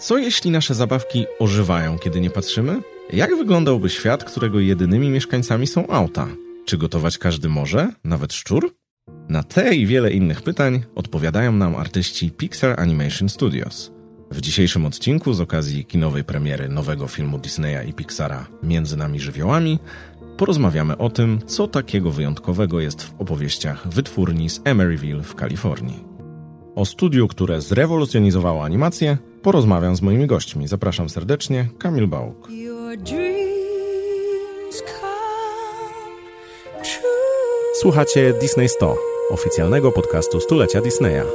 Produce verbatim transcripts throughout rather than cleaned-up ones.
co jeśli nasze zabawki ożywają, kiedy nie patrzymy? Jak wyglądałby świat, którego jedynymi mieszkańcami są auta? Czy gotować każdy może, nawet szczur? Na te i wiele innych pytań odpowiadają nam artyści Pixar Animation Studios. W dzisiejszym odcinku z okazji kinowej premiery nowego filmu Disneya i Pixara Między nami żywiołami porozmawiamy o tym, co takiego wyjątkowego jest w opowieściach wytwórni z Emeryville w Kalifornii. O studiu, które zrewolucjonizowało animację, porozmawiam z moimi gośćmi. Zapraszam serdecznie, Kamil Bałuk. Słuchacie Disney sto, oficjalnego podcastu stulecia Disneya.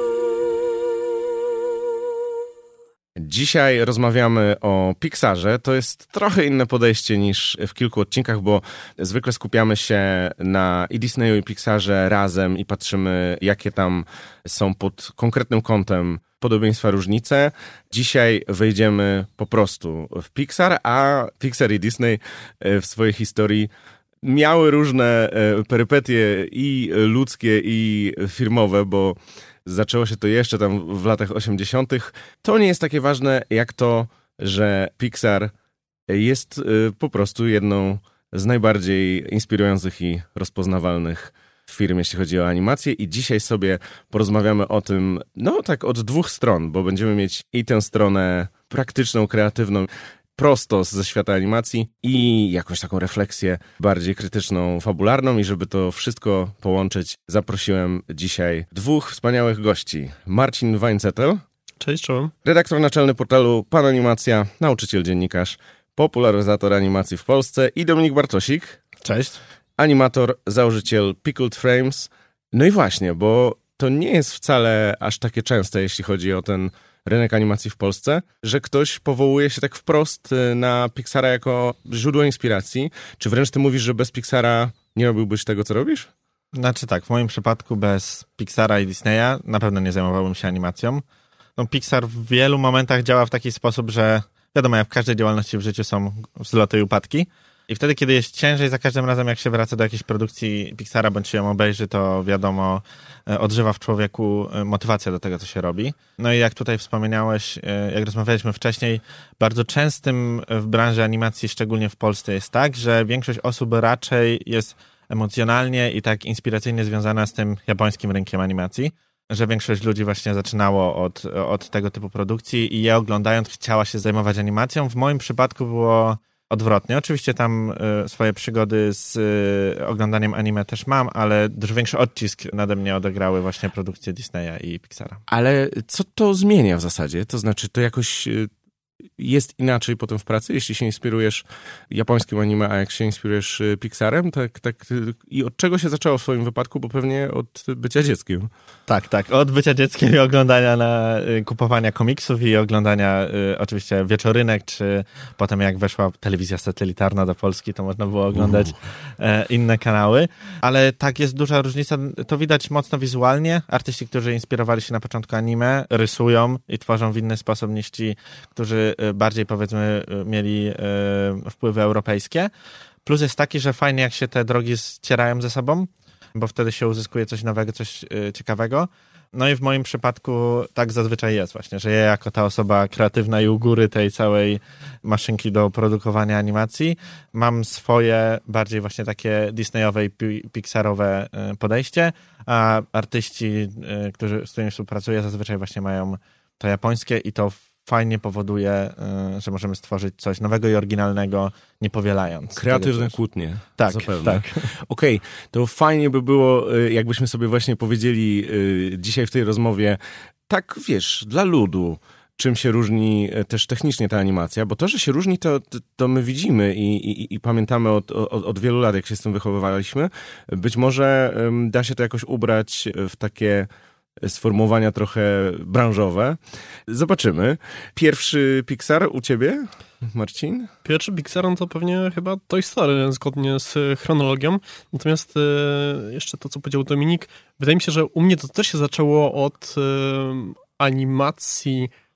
Dzisiaj rozmawiamy o Pixarze. To jest trochę inne podejście niż w kilku odcinkach, bo zwykle skupiamy się na i Disneyu i Pixarze razem i patrzymy, jakie tam są pod konkretnym kątem podobieństwa, różnice. Dzisiaj wejdziemy po prostu w Pixar, a Pixar i Disney w swojej historii miały różne perypetie i ludzkie, i firmowe, bo zaczęło się to jeszcze tam w latach osiemdziesiątych. To nie jest takie ważne jak to, że Pixar jest po prostu jedną z najbardziej inspirujących i rozpoznawalnych firm, jeśli chodzi o animację. I dzisiaj sobie porozmawiamy o tym, no tak od dwóch stron, bo będziemy mieć i tę stronę praktyczną, kreatywną, prosto ze świata animacji i jakąś taką refleksję bardziej krytyczną, fabularną, i żeby to wszystko połączyć, zaprosiłem dzisiaj dwóch wspaniałych gości. Marcin Weinzettel. Cześć, czołem. Redaktor naczelny portalu Pan Animacja, nauczyciel, dziennikarz, popularyzator animacji w Polsce, i Dominik Bartosik. Cześć. Animator, założyciel Pickled Frames. No i właśnie, bo to nie jest wcale aż takie częste, jeśli chodzi o ten rynek animacji w Polsce, że ktoś powołuje się tak wprost na Pixara jako źródło inspiracji. Czy wręcz ty mówisz, że bez Pixara nie robiłbyś tego, co robisz? Znaczy tak, w moim przypadku bez Pixara i Disneya na pewno nie zajmowałbym się animacją. No, Pixar w wielu momentach działa w taki sposób, że wiadomo, jak w każdej działalności w życiu są wzloty i upadki. I wtedy, kiedy jest ciężej, za każdym razem jak się wraca do jakiejś produkcji Pixara, bądź się ją obejrzy, to wiadomo, odżywa w człowieku motywacja do tego, co się robi. No i jak tutaj wspomniałeś, jak rozmawialiśmy wcześniej, bardzo częstym w branży animacji, szczególnie w Polsce, jest tak, że większość osób raczej jest emocjonalnie i tak inspiracyjnie związana z tym japońskim rynkiem animacji, że większość ludzi właśnie zaczynało od, od tego typu produkcji i je oglądając chciała się zajmować animacją. W moim przypadku było odwrotnie. Oczywiście tam y, swoje przygody z y, oglądaniem anime też mam, ale dużo większy odcisk nade mnie odegrały właśnie produkcje Disneya i Pixara. Ale co to zmienia w zasadzie? To znaczy, to jakoś y, jest inaczej potem w pracy, jeśli się inspirujesz japońskim anime, a jak się inspirujesz y, Pixarem? Tak, tak. Y, I od czego się zaczęło w swoim wypadku? Bo pewnie od bycia dzieckiem. Tak, tak. Od bycia dzieckiem i oglądania na y, kupowania komiksów i oglądania y, oczywiście wieczorynek, czy potem jak weszła telewizja satelitarna do Polski, to można było oglądać e, inne kanały. Ale tak, jest duża różnica. To widać mocno wizualnie. Artyści, którzy inspirowali się na początku anime, rysują i tworzą w inny sposób niż ci, którzy y, bardziej, powiedzmy, y, mieli y, wpływy europejskie. Plus jest taki, że fajnie jak się te drogi ścierają ze sobą, bo wtedy się uzyskuje coś nowego, coś y, ciekawego. No i w moim przypadku tak zazwyczaj jest właśnie, że ja jako ta osoba kreatywna i u góry tej całej maszynki do produkowania animacji mam swoje bardziej właśnie takie Disneyowe i pi- Pixarowe y, podejście, a artyści, y, którzy, z którymi współpracuję, zazwyczaj właśnie mają to japońskie i to fajnie powoduje, że możemy stworzyć coś nowego i oryginalnego, nie powielając. Kreatywne kłótnie. Tak, zapewne. tak. Okej, okay, to fajnie by było, jakbyśmy sobie właśnie powiedzieli dzisiaj w tej rozmowie, tak wiesz, dla ludu, czym się różni też technicznie ta animacja, bo to, że się różni, to, to my widzimy i, i, i pamiętamy od, od, od wielu lat, jak się z tym wychowywaliśmy. Być może da się to jakoś ubrać w takie sformułowania trochę branżowe. Zobaczymy. Pierwszy Pixar u ciebie, Marcin? Pierwszy Pixar to pewnie chyba Toy Story, zgodnie z chronologią. Natomiast e, jeszcze to, co powiedział Dominik, wydaje mi się, że u mnie to też się zaczęło od e, animacji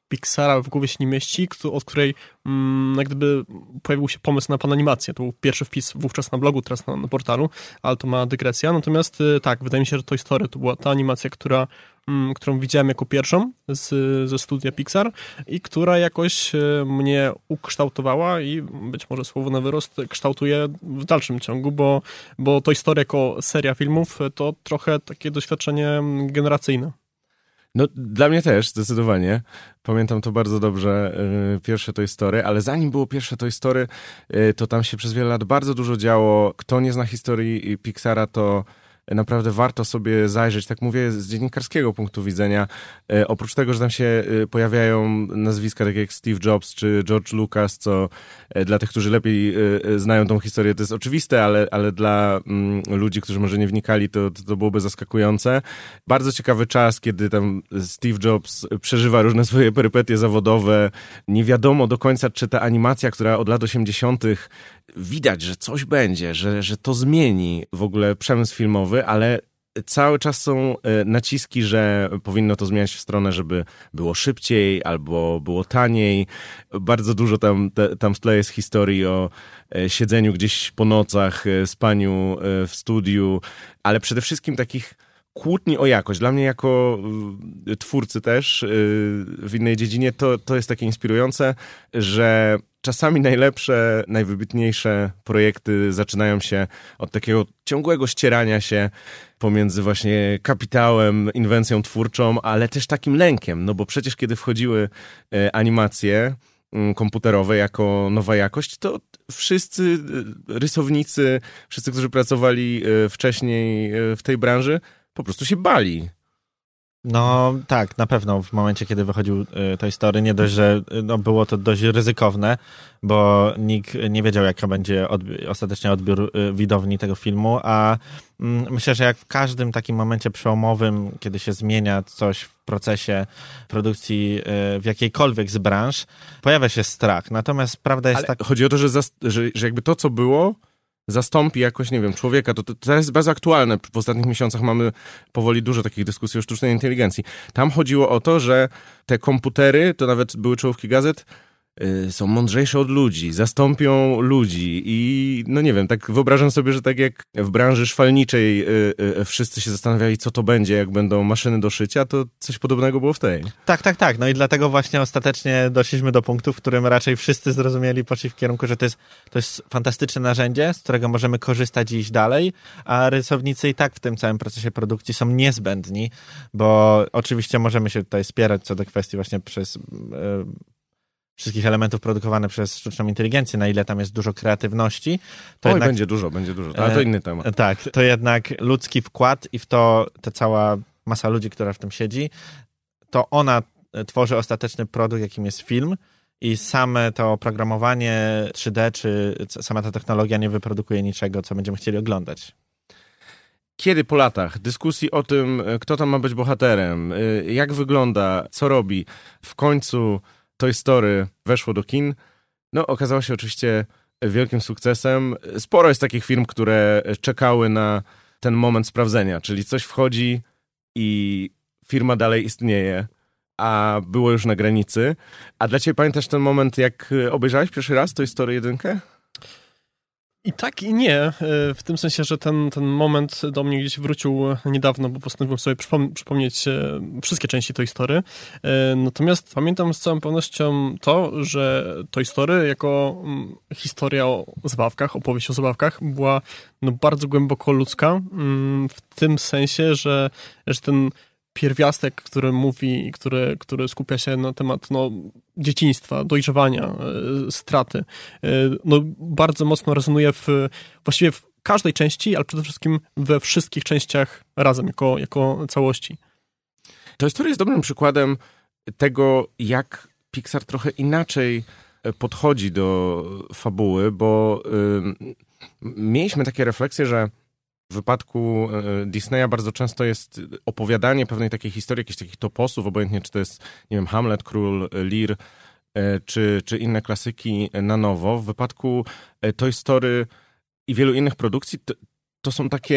Pixara w głowie się nie mieści, od której mm, jak gdyby pojawił się pomysł na pananimację. To był pierwszy wpis wówczas na blogu, teraz na, na portalu, ale to ma dygresja. Natomiast tak, wydaje mi się, że Toy Story to była ta animacja, która, mm, którą widziałem jako pierwszą z, ze studia Pixar i która jakoś mnie ukształtowała i być może słowo na wyrost kształtuje w dalszym ciągu, bo, bo Toy Story jako seria filmów to trochę takie doświadczenie generacyjne. No, dla mnie też, zdecydowanie. Pamiętam to bardzo dobrze, yy, pierwsze Toy Story, ale zanim było pierwsze Toy Story, yy, to tam się przez wiele lat bardzo dużo działo. Kto nie zna historii Pixara, to naprawdę warto sobie zajrzeć, tak mówię z dziennikarskiego punktu widzenia. E, oprócz tego, że tam się e, pojawiają nazwiska takie jak Steve Jobs czy George Lucas, co e, dla tych, którzy lepiej e, znają tą historię, to jest oczywiste, ale, ale dla mm, ludzi, którzy może nie wnikali, to, to, to byłoby zaskakujące. Bardzo ciekawy czas, kiedy tam Steve Jobs przeżywa różne swoje perypetie zawodowe. Nie wiadomo do końca, czy ta animacja, która od lat osiemdziesiątych widać, że coś będzie, że, że to zmieni w ogóle przemysł filmowy, ale cały czas są naciski, że powinno to zmieniać w stronę, żeby było szybciej albo było taniej. Bardzo dużo tam, te, tam w tle jest historii o siedzeniu gdzieś po nocach, spaniu w studiu, ale przede wszystkim takich kłótni o jakość. Dla mnie jako twórcy też w innej dziedzinie to, to jest takie inspirujące, że czasami najlepsze, najwybitniejsze projekty zaczynają się od takiego ciągłego ścierania się pomiędzy właśnie kapitałem, inwencją twórczą, ale też takim lękiem, no bo przecież kiedy wchodziły animacje komputerowe jako nowa jakość, to wszyscy rysownicy, wszyscy, którzy pracowali wcześniej w tej branży, po prostu się bali. No tak, na pewno w momencie, kiedy wychodził Toy Story, nie dość, że no, było to dość ryzykowne, bo nikt nie wiedział, jaka będzie odbi- ostatecznie odbiór widowni tego filmu, a mm, myślę, że jak w każdym takim momencie przełomowym, kiedy się zmienia coś w procesie produkcji w jakiejkolwiek z branż, pojawia się strach. Natomiast prawda jest taka... Chodzi o to, że, zas- że, że jakby to, co było, zastąpi jakoś, nie wiem, człowieka. To, to, to jest bardzo aktualne. W ostatnich miesiącach mamy powoli dużo takich dyskusji o sztucznej inteligencji. Tam chodziło o to, że te komputery, to nawet były czołówki gazet, yy, są mądrzejsze od ludzi, zastąpią ludzi i no nie wiem, tak wyobrażam sobie, że tak jak w branży szwalniczej yy, yy, wszyscy się zastanawiali, co to będzie, jak będą maszyny do szycia, to coś podobnego było w tej. Tak, tak, tak. No i dlatego właśnie ostatecznie doszliśmy do punktu, w którym raczej wszyscy zrozumieli, poszli w kierunku, że to jest, to jest fantastyczne narzędzie, z którego możemy korzystać i iść dalej, a rysownicy i tak w tym całym procesie produkcji są niezbędni, bo oczywiście możemy się tutaj spierać co do kwestii właśnie przez... Yy, wszystkich elementów produkowanych przez sztuczną inteligencję, na ile tam jest dużo kreatywności. To Oj, jednak, będzie dużo, będzie dużo, ale to inny temat. E, tak, to jednak ludzki wkład i w to ta cała masa ludzi, która w tym siedzi, to ona tworzy ostateczny produkt, jakim jest film i same to oprogramowanie trzy D, czy sama ta technologia nie wyprodukuje niczego, co będziemy chcieli oglądać. Kiedy po latach dyskusji o tym, kto tam ma być bohaterem, jak wygląda, co robi, w końcu Toy Story weszło do kin, no okazało się oczywiście wielkim sukcesem. Sporo jest takich firm, które czekały na ten moment sprawdzenia, czyli coś wchodzi i firma dalej istnieje, a było już na granicy. A dla ciebie pamiętasz ten moment, jak obejrzałeś pierwszy raz Toy Story jeden? I tak i nie, w tym sensie, że ten, ten moment do mnie gdzieś wrócił niedawno, bo postanowiłem sobie przypom- przypomnieć wszystkie części Toy Story. Natomiast pamiętam z całą pewnością to, że Toy Story jako historia o zabawkach, opowieść o zabawkach była no, bardzo głęboko ludzka, w tym sensie, że, że ten pierwiastek, który mówi, który, który skupia się na temat no, dzieciństwa, dojrzewania, e, straty, e, no, bardzo mocno rezonuje w właściwie w każdej części, ale przede wszystkim we wszystkich częściach razem, jako, jako całości. Toy Story jest dobrym przykładem tego, jak Pixar trochę inaczej podchodzi do fabuły, bo y, mieliśmy takie refleksje, że w wypadku Disneya bardzo często jest opowiadanie pewnej takiej historii, jakichś takich toposów, obojętnie czy to jest, nie wiem, Hamlet, Król Lear, czy, czy inne klasyki na nowo. W wypadku Toy Story i wielu innych produkcji to, to są takie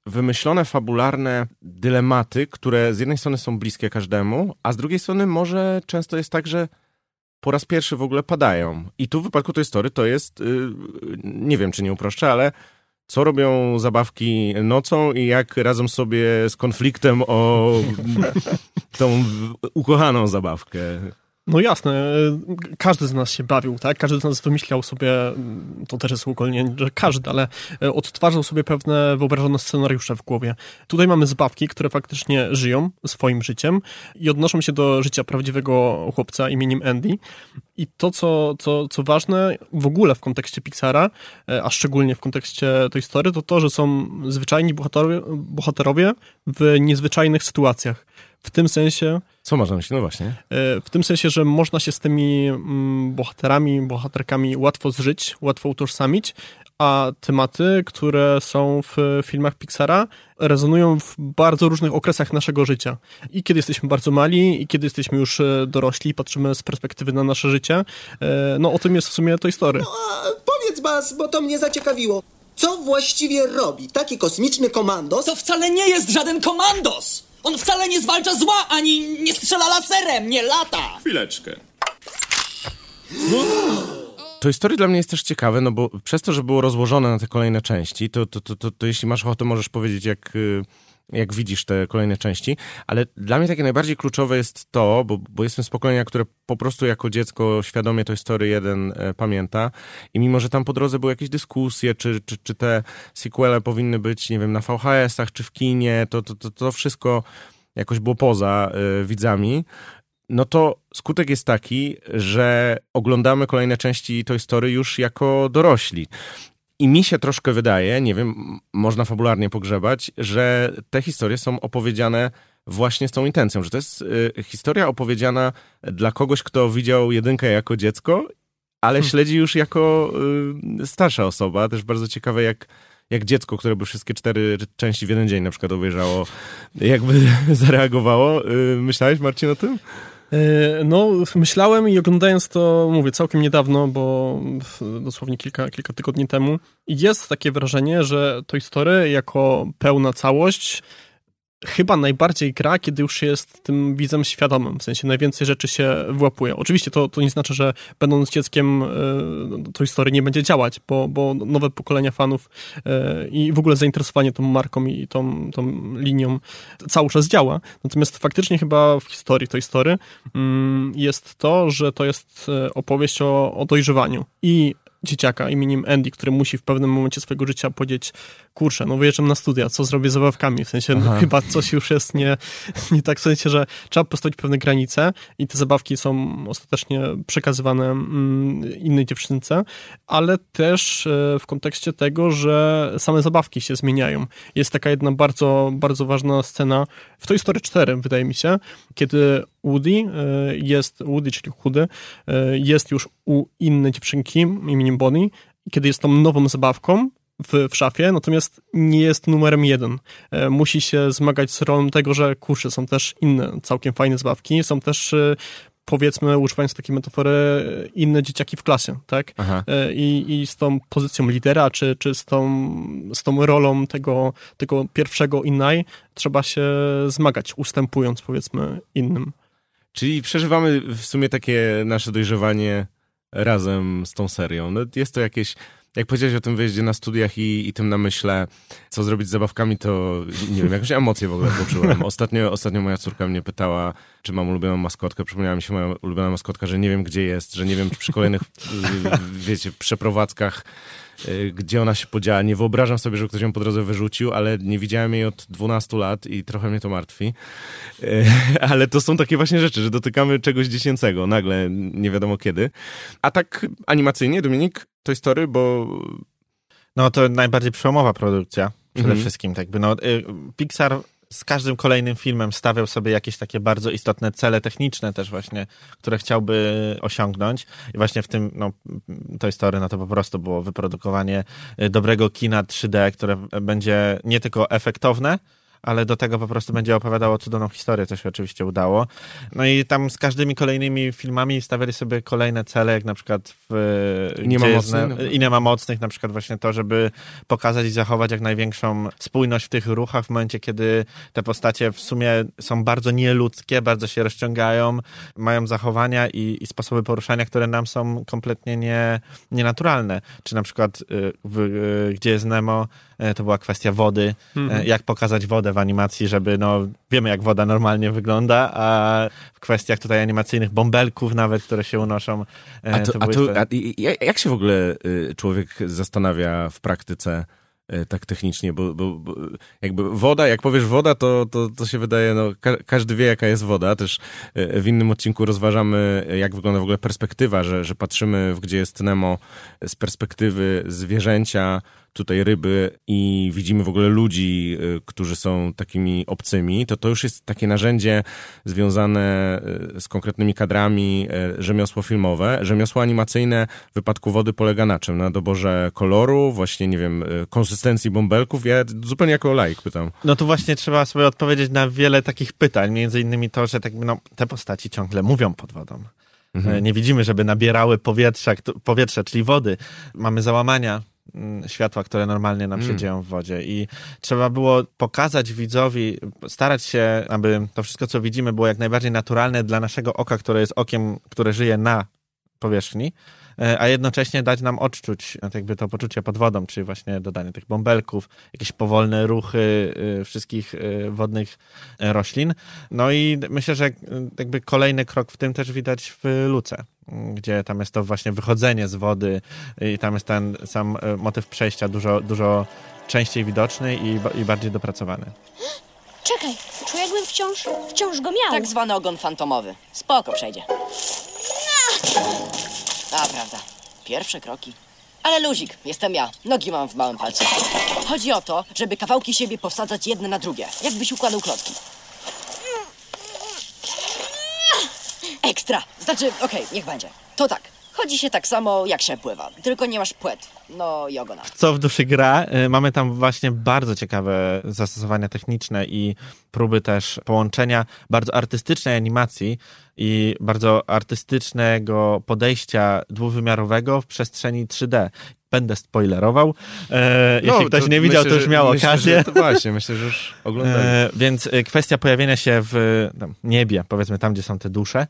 wymyślone, fabularne dylematy, które z jednej strony są bliskie każdemu, a z drugiej strony może często jest tak, że po raz pierwszy w ogóle padają. I tu w wypadku tej story to jest, yy, nie wiem, czy nie uproszczę, ale co robią zabawki nocą i jak radzą sobie z konfliktem o tą ukochaną zabawkę. No jasne, każdy z nas się bawił, tak? Każdy z nas wymyślał sobie, to też jest uogólnienie, że każdy, ale odtwarzał sobie pewne wyobrażone scenariusze w głowie. Tutaj mamy zabawki, które faktycznie żyją swoim życiem i odnoszą się do życia prawdziwego chłopca imieniem Andy. I to, co, co, co ważne w ogóle w kontekście Pixara, a szczególnie w kontekście tej historii, to to, że są zwyczajni bohaterowie, bohaterowie w niezwyczajnych sytuacjach. W tym sensie... Co można myśleć? No właśnie. W tym sensie, że można się z tymi bohaterami, bohaterkami łatwo zżyć, łatwo utożsamić, a tematy, które są w filmach Pixara, rezonują w bardzo różnych okresach naszego życia. I kiedy jesteśmy bardzo mali, i kiedy jesteśmy już dorośli i patrzymy z perspektywy na nasze życie. No o tym jest w sumie Toy Story. No, a powiedz, Buzz, bo to mnie zaciekawiło. Co właściwie robi taki kosmiczny komandos? To wcale nie jest żaden komandos! On wcale nie zwalcza zła, ani nie strzela laserem, nie lata! Chwileczkę. Toy Story dla mnie jest też ciekawe, no bo przez to, że było rozłożone na te kolejne części, to, to, to, to, to jeśli masz ochotę, możesz powiedzieć, jak, jak widzisz te kolejne części, ale dla mnie takie najbardziej kluczowe jest to, bo, bo jestem z pokolenia, które po prostu jako dziecko świadomie Toy Story jeden e, pamięta i mimo, że tam po drodze były jakieś dyskusje, czy, czy, czy te sequele powinny być, nie wiem, na V H S-ach, czy w kinie, to, to, to, to wszystko jakoś było poza e, widzami. No to skutek jest taki, że oglądamy kolejne części Toy Story już jako dorośli. I mi się troszkę wydaje, nie wiem, można fabularnie pogrzebać, że te historie są opowiedziane właśnie z tą intencją, że to jest y, historia opowiedziana dla kogoś, kto widział jedynkę jako dziecko, ale hmm. śledzi już jako y, starsza osoba. Też bardzo ciekawe, jak jak dziecko, które by wszystkie cztery części w jeden dzień na przykład obejrzało, jakby zareagowało. Y, myślałeś, Marcin, o tym? No, myślałem i oglądając to, mówię, całkiem niedawno, bo dosłownie kilka, kilka tygodni temu, jest takie wrażenie, że Toy Story jako pełna całość chyba najbardziej gra, kiedy już jest tym widzem świadomym, w sensie najwięcej rzeczy się włapuje. Oczywiście to, to nie znaczy, że będąc dzieckiem y, Toy Story nie będzie działać, bo, bo nowe pokolenia fanów y, i w ogóle zainteresowanie tą marką i tą, tą linią cały czas działa. Natomiast faktycznie chyba w historii Toy Story y, jest to, że to jest opowieść o, o dojrzewaniu i dzieciaka imieniem Andy, który musi w pewnym momencie swojego życia powiedzieć, kurczę, no wyjeżdżam na studia, co zrobię z zabawkami? W sensie no, chyba coś już jest nie, nie tak, w sensie, że trzeba postawić pewne granice i te zabawki są ostatecznie przekazywane mm, innej dziewczynce, ale też e, w kontekście tego, że same zabawki się zmieniają. Jest taka jedna bardzo, bardzo ważna scena w Toy Story cztery, wydaje mi się, kiedy Woody jest, Woody, czyli chudy, jest już u innej dziewczynki imieniem Bonnie, kiedy jest tą nową zabawką w, w szafie, natomiast nie jest numerem jeden. Musi się zmagać z rolą tego, że kurczę, są też inne całkiem fajne zabawki, są też powiedzmy, używając takiej metafory, inne dzieciaki w klasie, tak? I, i z tą pozycją lidera, czy, czy z, tą, z tą rolą tego, tego pierwszego innaj trzeba się zmagać, ustępując, powiedzmy, innym. Czyli przeżywamy w sumie takie nasze dojrzewanie razem z tą serią. No jest to jakieś, jak powiedziałeś o tym wyjeździe na studiach i, i tym namyśle, co zrobić z zabawkami, to nie wiem, jakąś emocję w ogóle poczułem. Ostatnio, ostatnio moja córka mnie pytała, czy mam ulubioną maskotkę. Przypomniała mi się moja ulubiona maskotka, że nie wiem, gdzie jest, że nie wiem, czy przy kolejnych, wiecie, przeprowadzkach, gdzie ona się podziała. Nie wyobrażam sobie, że ktoś ją po drodze wyrzucił, ale nie widziałem jej od dwunastu lat i trochę mnie to martwi. Ale to są takie właśnie rzeczy, że dotykamy czegoś dziecięcego nagle, nie wiadomo kiedy. A tak animacyjnie, Dominik, Toy Story, bo... No to najbardziej przełomowa produkcja przede Mhm. wszystkim. Tak by, no, Pixar z każdym kolejnym filmem stawiał sobie jakieś takie bardzo istotne cele techniczne też właśnie, które chciałby osiągnąć. I właśnie w tym, no, Toy Story, no to po prostu było wyprodukowanie dobrego kina trzy D, które będzie nie tylko efektowne, ale do tego po prostu będzie opowiadało cudowną historię, co się oczywiście udało. No i tam z każdymi kolejnymi filmami stawiali sobie kolejne cele, jak na przykład w I nie ma mocnych, na, i nie ma mocnych, na przykład właśnie to, żeby pokazać i zachować jak największą spójność w tych ruchach w momencie, kiedy te postacie w sumie są bardzo nieludzkie, bardzo się rozciągają, mają zachowania i, i sposoby poruszania, które nam są kompletnie nie, nienaturalne. Czy na przykład w, gdzie jest Nemo, to była kwestia wody, mhm. jak pokazać wodę w animacji, żeby, no, wiemy jak woda normalnie wygląda, a w kwestiach tutaj animacyjnych bąbelków nawet, które się unoszą. A, to, to a, to, te... a jak się w ogóle człowiek zastanawia w praktyce tak technicznie, bo, bo, bo jakby woda, jak powiesz woda, to, to, to się wydaje, no ka- każdy wie jaka jest woda, też w innym odcinku rozważamy, jak wygląda w ogóle perspektywa, że, że patrzymy w Gdzie jest Nemo z perspektywy zwierzęcia, tutaj ryby i widzimy w ogóle ludzi, którzy są takimi obcymi, to to już jest takie narzędzie związane z konkretnymi kadrami, rzemiosło filmowe. Rzemiosło animacyjne w wypadku wody polega na czym? Na doborze koloru, właśnie, nie wiem, konsystencji bąbelków? Ja zupełnie jako laik pytam. No tu właśnie trzeba sobie odpowiedzieć na wiele takich pytań, między innymi to, że tak, no, te postaci ciągle mówią pod wodą. Mhm. Nie widzimy, żeby nabierały powietrza, powietrze, czyli wody. Mamy załamania światła, które normalnie nam się mm. dzieją w wodzie i trzeba było pokazać widzowi, starać się, aby to wszystko, co widzimy, było jak najbardziej naturalne dla naszego oka, które jest okiem, które żyje na powierzchni, a jednocześnie dać nam odczuć jakby to poczucie pod wodą, czyli właśnie dodanie tych bąbelków, jakieś powolne ruchy wszystkich wodnych roślin. No i myślę, że jakby kolejny krok w tym też widać w Luce, gdzie tam jest to właśnie wychodzenie z wody i tam jest ten sam motyw przejścia dużo, dużo częściej widoczny i, i bardziej dopracowany. Czekaj, czuję jakbym wciąż, wciąż go miał. Tak zwany ogon fantomowy. Spoko przejdzie. A, prawda. Pierwsze kroki. Ale luzik, jestem ja. Nogi mam w małym palcu. Chodzi o to, żeby kawałki siebie powsadzać jedne na drugie. Jakbyś układał klocki. Ekstra! Znaczy, okej, okay, niech będzie. To tak. Chodzi się tak samo, jak się pływa. Tylko nie masz płetw. No i ogona. Co w duszy gra? Mamy tam właśnie bardzo ciekawe zastosowania techniczne i próby też połączenia bardzo artystycznej animacji i bardzo artystycznego podejścia dwuwymiarowego w przestrzeni trzy D. Będę spoilerował. E, no, jeśli ktoś nie widział, myślę, to już miał myślę, okazję. Że to właśnie, myślę, że już oglądali. E, więc kwestia pojawienia się w tam, niebie, powiedzmy tam, gdzie są te dusze,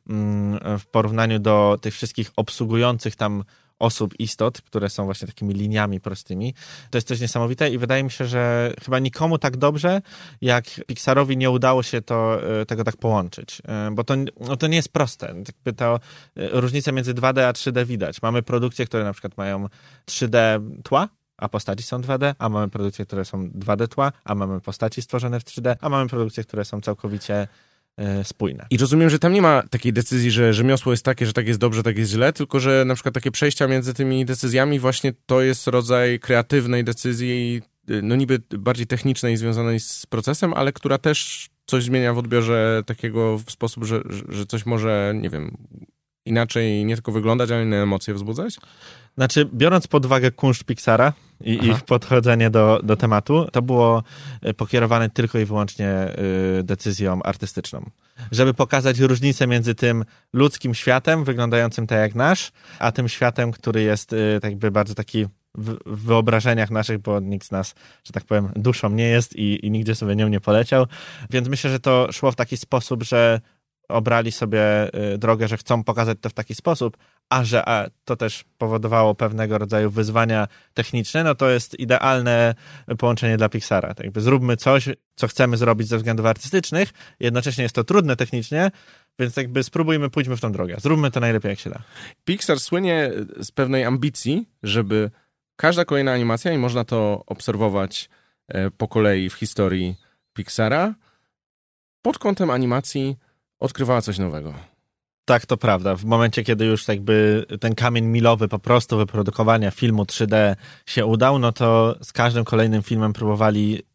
w porównaniu do tych wszystkich obsługujących tam osób, istot, które są właśnie takimi liniami prostymi. To jest coś niesamowite i wydaje mi się, że chyba nikomu tak dobrze, jak Pixarowi nie udało się to, tego tak połączyć. Bo to, no to nie jest proste. Jakby to różnica między dwa D a trzy D widać. Mamy produkcje, które na przykład mają trzy D tła, a postaci są dwa D, a mamy produkcje, które są dwa D tła, a mamy postaci stworzone w trzy D, a mamy produkcje, które są całkowicie spójne. I rozumiem, że tam nie ma takiej decyzji, że rzemiosło jest takie, że tak jest dobrze, tak jest źle, tylko że na przykład takie przejścia między tymi decyzjami właśnie to jest rodzaj kreatywnej decyzji, no niby bardziej technicznej, związanej z procesem, ale która też coś zmienia w odbiorze takiego w sposób, że, że coś może, nie wiem, inaczej nie tylko wyglądać, ale inne emocje wzbudzać? Znaczy, biorąc pod uwagę kunszt Pixara i Aha. ich podchodzenie do, do tematu, to było pokierowane tylko i wyłącznie y, decyzją artystyczną. Żeby pokazać różnicę między tym ludzkim światem, wyglądającym tak jak nasz, a tym światem, który jest y, tak jakby bardzo taki w, w wyobrażeniach naszych, bo nikt z nas, że tak powiem, duszą nie jest i, i nigdzie sobie nią nie poleciał. Więc myślę, że to szło w taki sposób, że obrali sobie drogę, że chcą pokazać to w taki sposób, a że a to też powodowało pewnego rodzaju wyzwania techniczne, no to jest idealne połączenie dla Pixara. Tak jakby zróbmy coś, co chcemy zrobić ze względów artystycznych, jednocześnie jest to trudne technicznie, więc jakby spróbujmy, pójdźmy w tą drogę. Zróbmy to najlepiej, jak się da. Pixar słynie z pewnej ambicji, żeby każda kolejna animacja, i można to obserwować po kolei w historii Pixara, pod kątem animacji odkrywała coś nowego. Tak, to prawda. W momencie, kiedy już jakby ten kamień milowy po prostu wyprodukowania filmu trzy D się udał, no to z każdym kolejnym filmem próbowali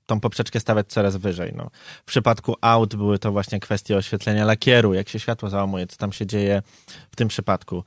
tą poprzeczkę stawiać coraz wyżej. No. W przypadku aut były to właśnie kwestie oświetlenia lakieru, jak się światło załamuje, co tam się dzieje w tym przypadku.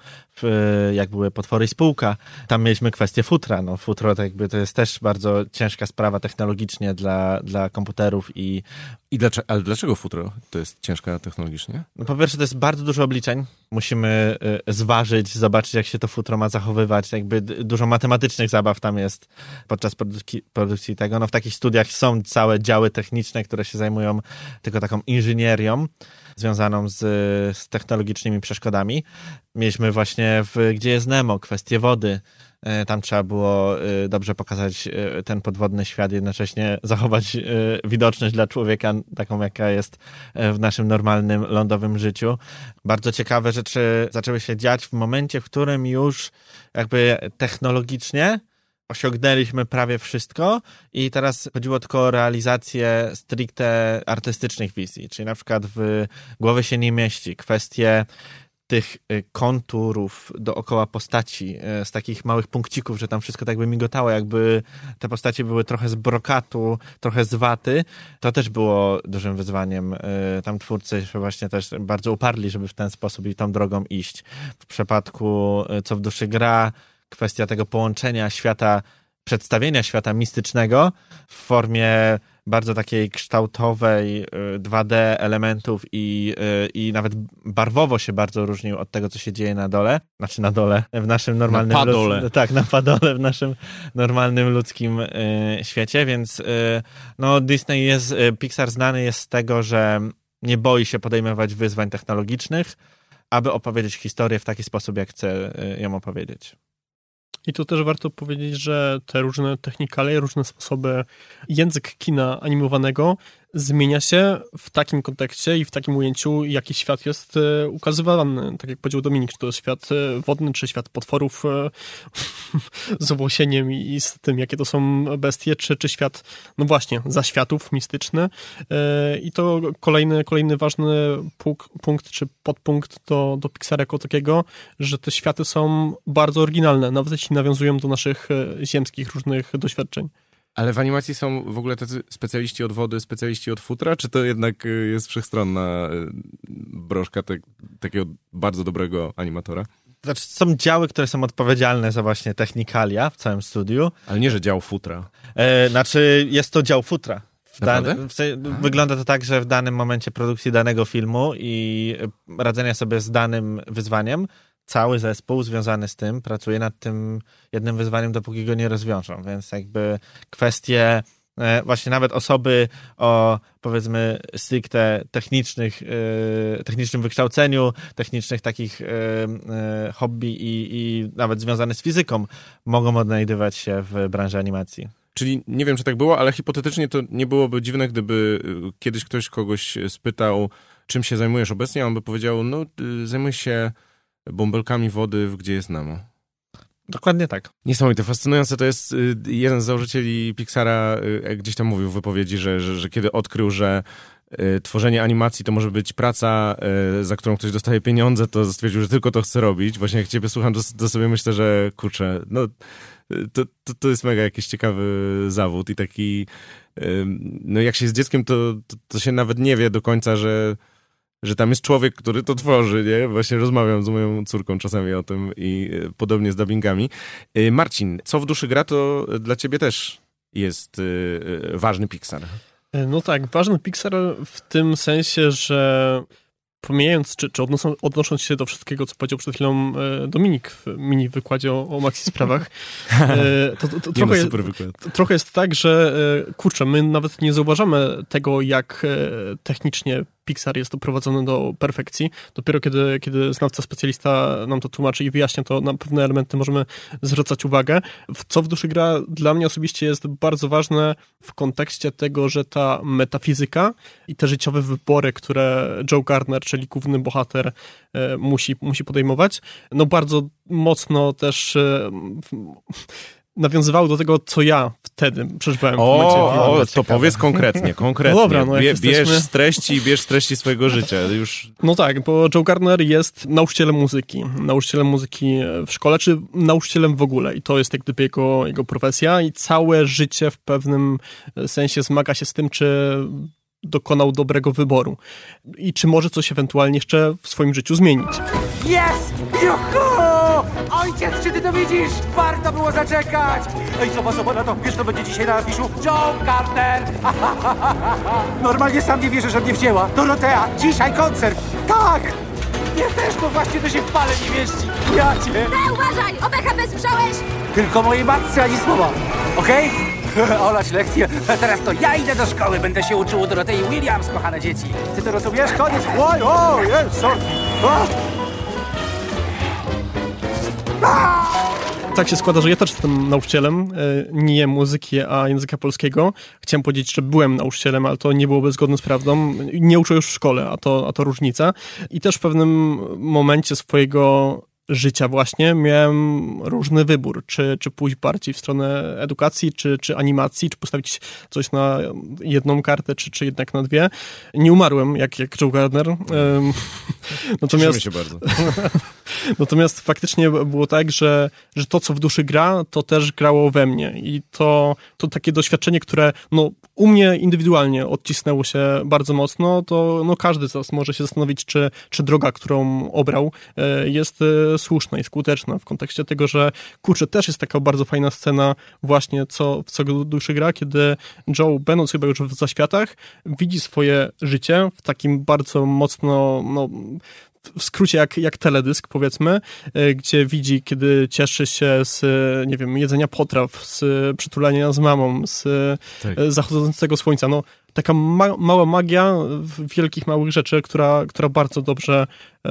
W, jak były potwory i spółka, tam mieliśmy kwestię futra. No, futro to, jakby to jest też bardzo ciężka sprawa technologicznie dla, dla komputerów i... I dlaczego, ale dlaczego futro to jest ciężka technologicznie? No, po pierwsze to jest bardzo dużo obliczeń. Musimy y, zważyć, zobaczyć jak się to futro ma zachowywać. Jakby d- dużo matematycznych zabaw tam jest podczas produkcji, produkcji tego. No, w takich studiach są całe działy techniczne, które się zajmują tylko taką inżynierią związaną z, z technologicznymi przeszkodami. Mieliśmy właśnie w Gdzie jest Nemo kwestię wody. Tam trzeba było dobrze pokazać ten podwodny świat, jednocześnie zachować widoczność dla człowieka, taką jaka jest w naszym normalnym lądowym życiu. Bardzo ciekawe rzeczy zaczęły się dziać w momencie, w którym już jakby technologicznie osiągnęliśmy prawie wszystko i teraz chodziło tylko o realizację stricte artystycznych wizji, czyli na przykład w Głowy się nie mieści, kwestie tych konturów dookoła postaci, z takich małych punkcików, że tam wszystko tak by migotało, jakby te postacie były trochę z brokatu, trochę z waty. To też było dużym wyzwaniem. Tam twórcy się właśnie też bardzo uparli, żeby w ten sposób i tą drogą iść. W przypadku Co w duszy gra, kwestia tego połączenia świata, przedstawienia świata mistycznego w formie bardzo takiej kształtowej, dwa D elementów i, i nawet barwowo się bardzo różnił od tego, co się dzieje na dole. Znaczy na dole, w naszym normalnym... Na padole. Lud... Tak, na padole w naszym normalnym ludzkim y, świecie, więc y, no Disney jest, y, Pixar znany jest z tego, że nie boi się podejmować wyzwań technologicznych, aby opowiedzieć historię w taki sposób, jak chce y, ją opowiedzieć. I tu też warto powiedzieć, że te różne technikale, różne sposoby, język kina animowanego zmienia się w takim kontekście i w takim ujęciu, jaki świat jest ukazywany. Tak jak powiedział Dominik, czy to jest świat wodny, czy świat potworów z owłosieniem i z tym, jakie to są bestie, czy, czy świat, no właśnie, zaświatów, mistyczny. I to kolejny, kolejny ważny punkt, punkt czy podpunkt do, do Pixara jako takiego, że te światy są bardzo oryginalne, nawet jeśli nawiązują do naszych ziemskich różnych doświadczeń. Ale w animacji są w ogóle tacy specjaliści od wody, specjaliści od futra, czy to jednak jest wszechstronna broszka te, takiego bardzo dobrego animatora? Znaczy, są działy, które są odpowiedzialne za właśnie technikalia w całym studiu. Ale nie, że dział futra. E, znaczy, jest to dział futra. W Naprawdę? Dan- w, wygląda to tak, że w danym momencie produkcji danego filmu i radzenia sobie z danym wyzwaniem, cały zespół związany z tym pracuje nad tym jednym wyzwaniem, dopóki go nie rozwiążą. Więc jakby kwestie e, właśnie nawet osoby o, powiedzmy, stricte technicznych, e, technicznym wykształceniu, technicznych takich e, e, hobby i, i nawet związane z fizyką mogą odnajdywać się w branży animacji. Czyli nie wiem, czy tak było, ale hipotetycznie to nie byłoby dziwne, gdyby kiedyś ktoś kogoś spytał, czym się zajmujesz obecnie, a on by powiedział, no zajmuję się bąbelkami wody w Gdzie jest Nemo. Dokładnie tak. Niesamowite, fascynujące. To jest jeden z założycieli Pixara, gdzieś tam mówił w wypowiedzi, że, że, że kiedy odkrył, że tworzenie animacji to może być praca, za którą ktoś dostaje pieniądze, to stwierdził, że tylko to chce robić. Właśnie jak ciebie słucham, to, to sobie myślę, że kurczę, no to, to, to jest mega jakiś ciekawy zawód i taki, no jak się jest dzieckiem, to, to, to się nawet nie wie do końca, że że tam jest człowiek, który to tworzy, nie? Właśnie rozmawiam z moją córką czasami o tym i podobnie z dubbingami. Marcin, Co w duszy gra, to dla ciebie też jest ważny Pixar. No tak, ważny Pixar w tym sensie, że pomijając, czy, czy odnosząc, odnosząc się do wszystkiego, co powiedział przed chwilą Dominik w mini wykładzie o, o maxi sprawach, to, to, to trochę, super wykład. To, trochę jest tak, że kurczę, my nawet nie zauważamy tego, jak technicznie Pixar jest doprowadzony do perfekcji. Dopiero kiedy, kiedy znawca, specjalista nam to tłumaczy i wyjaśnia, to na pewne elementy możemy zwracać uwagę. W Co w duszy gra dla mnie osobiście jest bardzo ważne w kontekście tego, że ta metafizyka i te życiowe wybory, które Joe Gardner, czyli główny bohater, e, musi, musi podejmować, no bardzo mocno też e, nawiązywały do tego, co ja wtedy przeżywałem w O, momencie o filmu. to powiedz konkretnie, konkretnie. No dobra, no jak Bie, jesteśmy- Bierz z treści, bierz z treści swojego życia. Już No tak, bo Joe Gardner jest nauczycielem muzyki. Nauczycielem muzyki w szkole, czy nauczycielem w ogóle. I to jest jak gdyby jego, jego profesja i całe życie w pewnym sensie zmaga się z tym, czy dokonał dobrego wyboru. I czy może coś ewentualnie jeszcze w swoim życiu zmienić. Jest! Juhu! Ojciec, czy ty to widzisz? Warto było zaczekać! Ej, co was opada, to wiesz, co będzie dzisiaj na afiszu? Joe Gardner! Normalnie sam nie wierzę, że mnie wzięła. Dorotea, dzisiaj koncert! Tak! Ja też, bo właśnie to się w pale nie mieści. Ja cię! Te, uważaj! O B H P słyszałeś? Tylko mojej matce ani słowa, okej? Olać lekcję. Teraz to ja idę do szkoły, będę się uczył u Dorotei Williams, kochane dzieci. Ty to rozumiesz? Koniec. Oj, o, jest, sorki. O! Tak się składa, że ja też jestem nauczycielem, e, nie muzyki, a języka polskiego. Chciałem powiedzieć, że byłem nauczycielem, ale to nie byłoby zgodne z prawdą. Nie uczę już w szkole, a to, a to różnica. I też w pewnym momencie swojego życia właśnie miałem różny wybór, czy, czy pójść bardziej w stronę edukacji, czy, czy animacji, czy postawić coś na jedną kartę, czy, czy jednak na dwie. Nie umarłem, jak, jak Joe Gardner. Um, natomiast, się bardzo. natomiast faktycznie było tak, że, że to, co w duszy gra, to też grało we mnie. I to, to takie doświadczenie, które no, u mnie indywidualnie odcisnęło się bardzo mocno, to no, każdy z nas może się zastanowić, czy, czy droga, którą obrał, jest słuszna i skuteczna w kontekście tego, że kurczę, też jest taka bardzo fajna scena właśnie, co, w co go duszy gra, kiedy Joe, będąc chyba już w zaświatach, widzi swoje życie w takim bardzo mocno, no, w skrócie jak, jak teledysk, powiedzmy, gdzie widzi, kiedy cieszy się z, nie wiem, jedzenia potraw, z przytulania z mamą, z Tak. zachodzącego słońca. No, taka ma- mała magia w wielkich, małych rzeczy, która, która bardzo dobrze,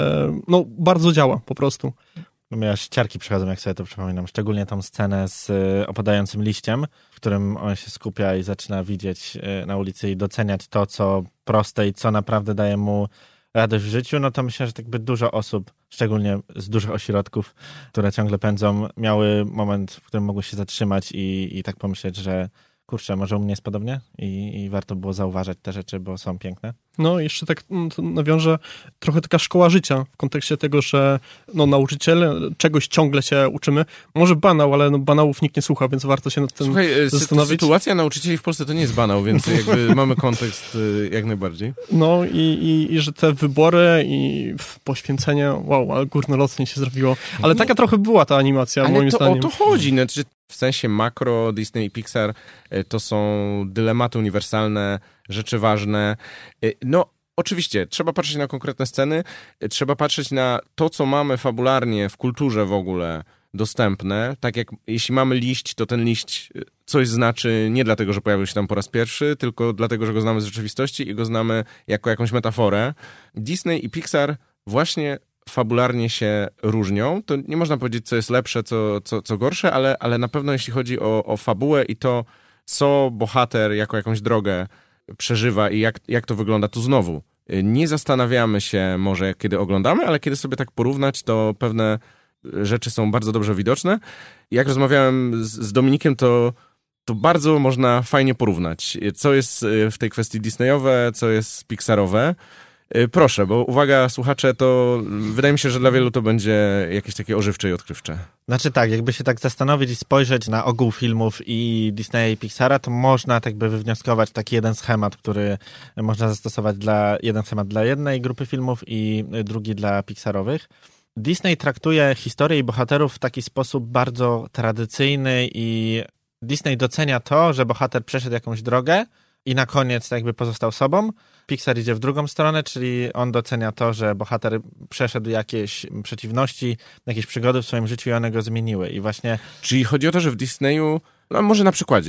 no, bardzo działa po prostu. Mi aż ciarki przychodzą, jak sobie to przypominam. Szczególnie tą scenę z y, opadającym liściem, w którym on się skupia i zaczyna widzieć y, na ulicy i doceniać to, co proste i co naprawdę daje mu radość w życiu. No to myślę, że tak by dużo osób, szczególnie z dużych ośrodków, które ciągle pędzą, miały moment, w którym mogły się zatrzymać i, i tak pomyśleć, że kurczę, może u mnie jest podobnie i, i warto było zauważać te rzeczy, bo są piękne. No, jeszcze tak no, to nawiążę trochę taka szkoła życia w kontekście tego, że no, nauczyciel, czegoś ciągle się uczymy. Może banał, ale no, banałów nikt nie słucha, więc warto się nad tym Słuchaj, sy- zastanowić. sytuacja nauczycieli w Polsce to nie jest banał, więc jakby mamy kontekst y, jak najbardziej. No i, i, i że te wybory i poświęcenie, wow, ale górnolotnie się zrobiło. Ale taka trochę była ta animacja, Ale moim to zdaniem. o to chodzi. Znaczy, w sensie makro, Disney i Pixar y, to są dylematy uniwersalne, rzeczy ważne. Y, No, oczywiście, trzeba patrzeć na konkretne sceny, y, trzeba patrzeć na to, co mamy fabularnie w kulturze w ogóle dostępne. Tak jak jeśli mamy liść, to ten liść y, coś znaczy nie dlatego, że pojawił się tam po raz pierwszy, tylko dlatego, że go znamy z rzeczywistości i go znamy jako jakąś metaforę. Disney i Pixar właśnie fabularnie się różnią. To nie można powiedzieć, co jest lepsze, co, co, co gorsze, ale, ale na pewno jeśli chodzi o, o fabułę i to, co bohater jako jakąś drogę przeżywa i jak, jak to wygląda, tu znowu nie zastanawiamy się może, kiedy oglądamy, ale kiedy sobie tak porównać, to pewne rzeczy są bardzo dobrze widoczne. Jak rozmawiałem z, z Dominikiem, to, to bardzo można fajnie porównać, co jest w tej kwestii Disneyowe, co jest Pixarowe. Proszę, bo uwaga, słuchacze, to wydaje mi się, że dla wielu to będzie jakieś takie ożywcze i odkrywcze. Znaczy tak, jakby się tak zastanowić i spojrzeć na ogół filmów i Disneya i Pixara, to można tak by wywnioskować taki jeden schemat, który można zastosować dla, jeden schemat dla jednej grupy filmów i drugi dla Pixarowych. Disney traktuje historię i bohaterów w taki sposób bardzo tradycyjny i Disney docenia to, że bohater przeszedł jakąś drogę i na koniec jakby pozostał sobą. Pixar idzie w drugą stronę, czyli on docenia to, że bohater przeszedł jakieś przeciwności, jakieś przygody w swoim życiu i one go zmieniły. I właśnie... Czyli chodzi o to, że w Disneyu, no może na przykładzie,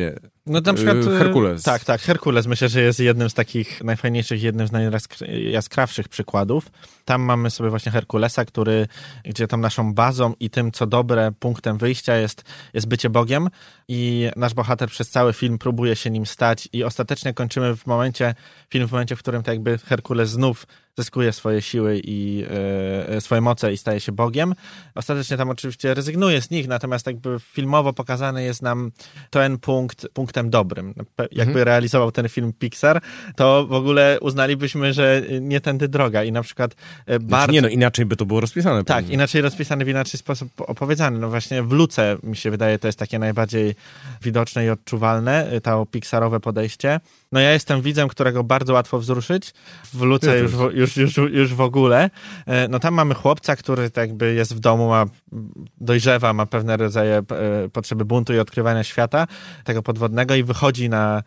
No na przykład Herkules. Tak, tak, Herkules myślę, że jest jednym z takich najfajniejszych, jednym z najjaskrawszych przykładów. Tam mamy sobie właśnie Herkulesa, który, gdzie tam naszą bazą i tym, co dobre, punktem wyjścia jest, jest bycie Bogiem i nasz bohater przez cały film próbuje się nim stać i ostatecznie kończymy w momencie, film w momencie, w którym tak jakby Herkules znów zyskuje swoje siły i e, swoje moce i staje się Bogiem. Ostatecznie tam oczywiście rezygnuje z nich, natomiast jakby filmowo pokazany jest nam ten punkt punktem dobrym. Jakby mhm. realizował ten film Pixar, to w ogóle uznalibyśmy, że nie tędy droga i na przykład znaczy, bardzo... Nie no, inaczej by to było rozpisane. Tak, pewnie. inaczej rozpisane, w inaczej sposób opowiedziany. No właśnie w Luce, mi się wydaje, to jest takie najbardziej widoczne i odczuwalne, to pixarowe podejście. No ja jestem widzem, którego bardzo łatwo wzruszyć. W Luce już, już, już, już w ogóle. No tam mamy chłopca, który tak jakby jest w domu, ma, dojrzewa, ma pewne rodzaje potrzeby buntu i odkrywania świata, tego podwodnego i wychodzi na,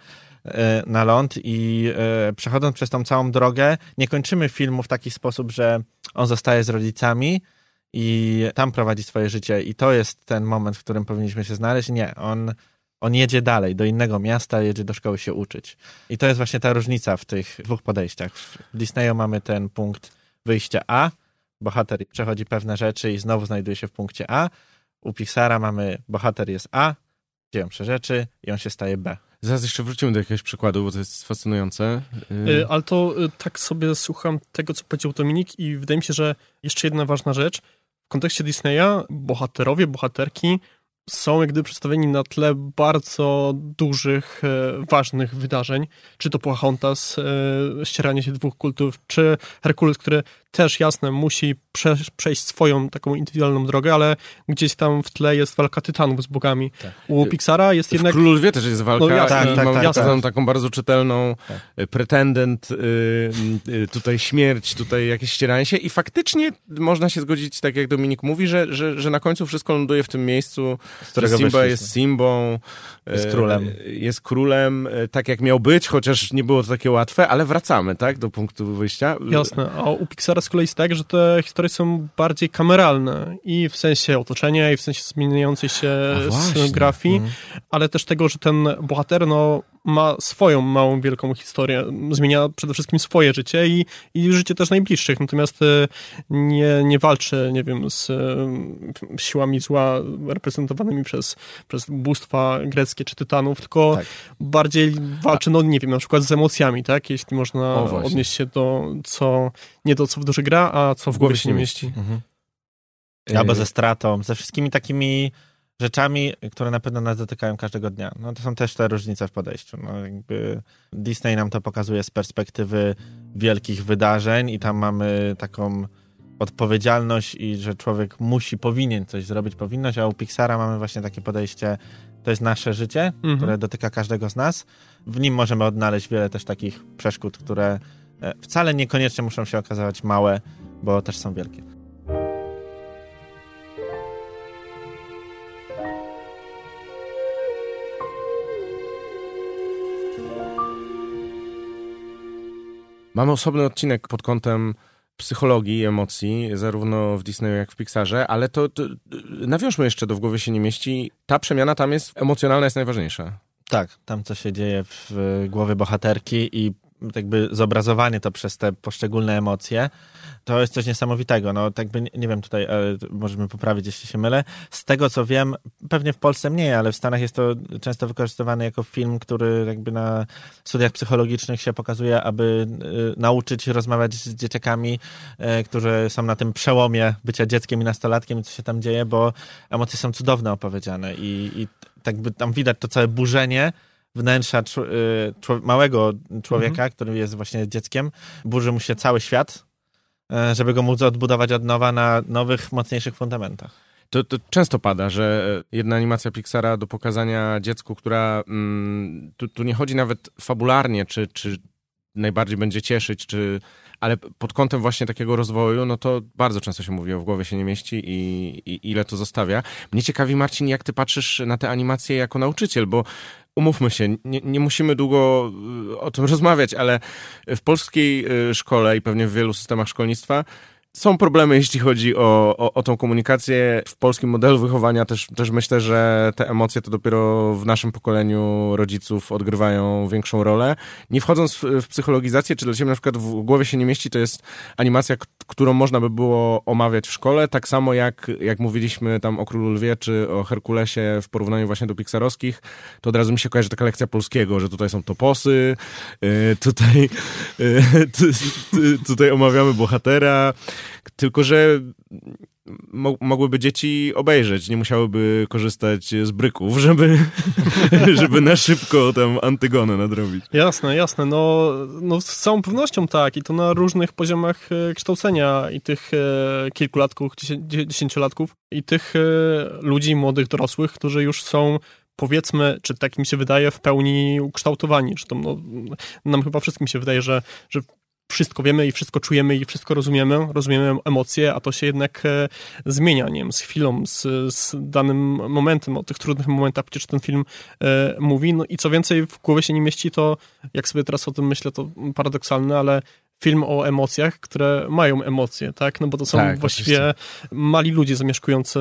na ląd i przechodząc przez tą całą drogę, nie kończymy filmu w taki sposób, że on zostaje z rodzicami i tam prowadzi swoje życie i to jest ten moment, w którym powinniśmy się znaleźć. Nie, on On jedzie dalej, do innego miasta, jedzie do szkoły się uczyć. I to jest właśnie ta różnica w tych dwóch podejściach. W Disneyu mamy ten punkt wyjścia A, bohater przechodzi pewne rzeczy i znowu znajduje się w punkcie A. U Pixara mamy bohater jest A, dzieją się rzeczy i on się staje B. Zaraz jeszcze wrócimy do jakiegoś przykładu, bo to jest fascynujące. Yy, ale to yy, tak sobie słucham tego, co powiedział Dominik i wydaje mi się, że jeszcze jedna ważna rzecz. W kontekście Disneya bohaterowie, bohaterki są jak gdyby przedstawieni na tle bardzo dużych, e, ważnych wydarzeń. Czy to Pocahontas, e, ścieranie się dwóch kultów, czy Herkules, który też, jasne, musi prze, przejść swoją taką indywidualną drogę, ale gdzieś tam w tle jest walka tytanów z bogami. Tak. U Pixara jest w jednak... W Królu Lwie też jest walka no, jasne, i tak, mamy tak, pokazaną jasne. taką bardzo czytelną tak. pretendent, y, y, tutaj śmierć, tutaj jakieś ścieranie się i faktycznie można się zgodzić, tak jak Dominik mówi, że, że, że na końcu wszystko ląduje w tym miejscu, że Simba jest Simbą, jest królem. Jest królem, tak jak miał być, chociaż nie było to takie łatwe, ale wracamy, tak, do punktu wyjścia. Jasne, a u Pixara z kolei jest tak, że te historie są bardziej kameralne i w sensie otoczenia, i w sensie zmieniającej się scenografii, mm. ale też tego, że ten bohater, no, ma swoją małą, wielką historię, zmienia przede wszystkim swoje życie i, i życie też najbliższych, natomiast nie, nie walczy, nie wiem, z siłami zła reprezentowanymi przez, przez bóstwa greckie czy tytanów, tylko tak. bardziej walczy, no nie wiem, na przykład z emocjami, tak, jeśli można odnieść się do co, nie do co w duszy gra, a co w głowie się nie mieści. Mhm. Albo ze stratą, ze wszystkimi takimi rzeczami, które na pewno nas dotykają każdego dnia. No to są też te różnice w podejściu. No jakby Disney nam to pokazuje z perspektywy wielkich wydarzeń i tam mamy taką odpowiedzialność i że człowiek musi, powinien coś zrobić, powinność, a u Pixara mamy właśnie takie podejście, to jest nasze życie, mhm. które dotyka każdego z nas. W nim możemy odnaleźć wiele też takich przeszkód, które wcale niekoniecznie muszą się okazywać małe, bo też są wielkie. Mamy osobny odcinek pod kątem psychologii i emocji, zarówno w Disneyu, jak w Pixarze, ale to, to nawiążmy jeszcze do W głowie się nie mieści. Ta przemiana tam jest, emocjonalna jest najważniejsza. Tak, tam co się dzieje w głowie bohaterki i jakby zobrazowanie to przez te poszczególne emocje, to jest coś niesamowitego. No tak by, nie wiem, tutaj możemy poprawić, jeśli się mylę. Z tego, co wiem, pewnie w Polsce mniej, ale w Stanach jest to często wykorzystywany jako film, który jakby na studiach psychologicznych się pokazuje, aby y, nauczyć rozmawiać z dzieciakami, y, którzy są na tym przełomie bycia dzieckiem i nastolatkiem i co się tam dzieje, bo emocje są cudowne opowiedziane i, i tak by tam widać to całe burzenie wnętrza czu, y, małego człowieka, mhm. który jest właśnie dzieckiem. Burzy mu się cały świat, żeby go móc odbudować od nowa na nowych, mocniejszych fundamentach. To, to często pada, że jedna animacja Pixara do pokazania dziecku, która mm, tu, tu nie chodzi nawet fabularnie, czy, czy najbardziej będzie cieszyć, czy, ale pod kątem właśnie takiego rozwoju, no to bardzo często się mówi, o W głowie się nie mieści i, i ile to zostawia. Mnie ciekawi, Marcin, jak ty patrzysz na te animacje jako nauczyciel, bo umówmy się, nie, nie musimy długo o tym rozmawiać, ale w polskiej szkole i pewnie w wielu systemach szkolnictwa są problemy, jeśli chodzi o, o, o tą komunikację. W polskim modelu wychowania też, też myślę, że te emocje to dopiero w naszym pokoleniu rodziców odgrywają większą rolę. Nie wchodząc w, w psychologizację, czy dla ciebie na przykład w głowie się nie mieści, to jest animacja, k- którą można by było omawiać w szkole, tak samo jak, jak mówiliśmy tam o Królu Lwie, czy o Herkulesie w porównaniu właśnie do pixarowskich, to od razu mi się kojarzy taka lekcja polskiego, że tutaj są toposy, yy, tutaj, yy, t, t, tutaj omawiamy bohatera, tylko że mo- mogłyby dzieci obejrzeć, nie musiałyby korzystać z bryków, żeby, żeby na szybko tam Antygonę nadrobić. Jasne, jasne. No, no z całą pewnością tak. I to na różnych poziomach e, kształcenia i tych e, kilkulatków, dziesię- dziesięciolatków i tych e, ludzi młodych, dorosłych, którzy już są, powiedzmy, czy tak mi się wydaje, w pełni ukształtowani. Czy to, no, nam chyba wszystkim się wydaje, że, że wszystko wiemy i wszystko czujemy i wszystko rozumiemy, rozumiemy emocje, a to się jednak e, zmienia, nie wiem, z chwilą, z, z danym momentem, o tych trudnych momentach przecież ten film e, mówi, no i co więcej w głowie się nie mieści, to jak sobie teraz o tym myślę, to paradoksalne, ale film o emocjach, które mają emocje, tak? No bo to są tak, właściwie oczywiście. mali ludzie zamieszkujący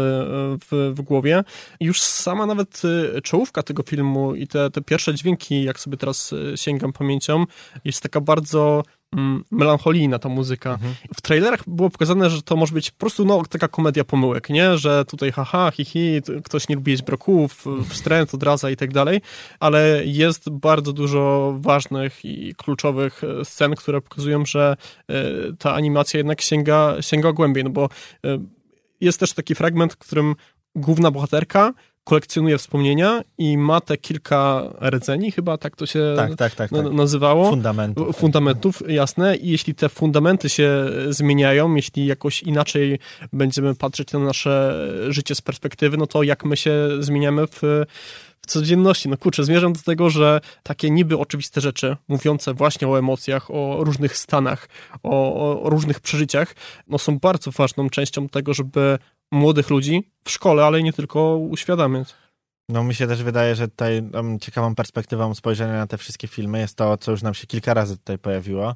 w, w głowie. I już sama nawet czołówka tego filmu i te, te pierwsze dźwięki, jak sobie teraz sięgam pamięcią, jest taka bardzo mm, melancholijna ta muzyka. Mhm. W trailerach było pokazane, że to może być po prostu no, taka komedia pomyłek, nie? Że tutaj haha, hi, hi, ktoś nie lubi jeść brokułów, wstręt, odradza i tak dalej, ale jest bardzo dużo ważnych i kluczowych scen, które pokazują, że y, ta animacja jednak sięga, sięga głębiej, no bo y, jest też taki fragment, w którym główna bohaterka kolekcjonuje wspomnienia i ma te kilka rdzeni, chyba tak to się tak, tak, tak, na, tak. nazywało. Fundamentów. Fundamentów, jasne. I jeśli te fundamenty się zmieniają, jeśli jakoś inaczej będziemy patrzeć na nasze życie z perspektywy, no to jak my się zmieniamy w, w codzienności. No kurczę, zmierzam do tego, że takie niby oczywiste rzeczy, mówiące właśnie o emocjach, o różnych stanach, o, o różnych przeżyciach, no są bardzo ważną częścią tego, żeby młodych ludzi w szkole, ale nie tylko uświadamiać. No mi się też wydaje, że tutaj um, ciekawą perspektywą spojrzenia na te wszystkie filmy jest to, co już nam się kilka razy tutaj pojawiło,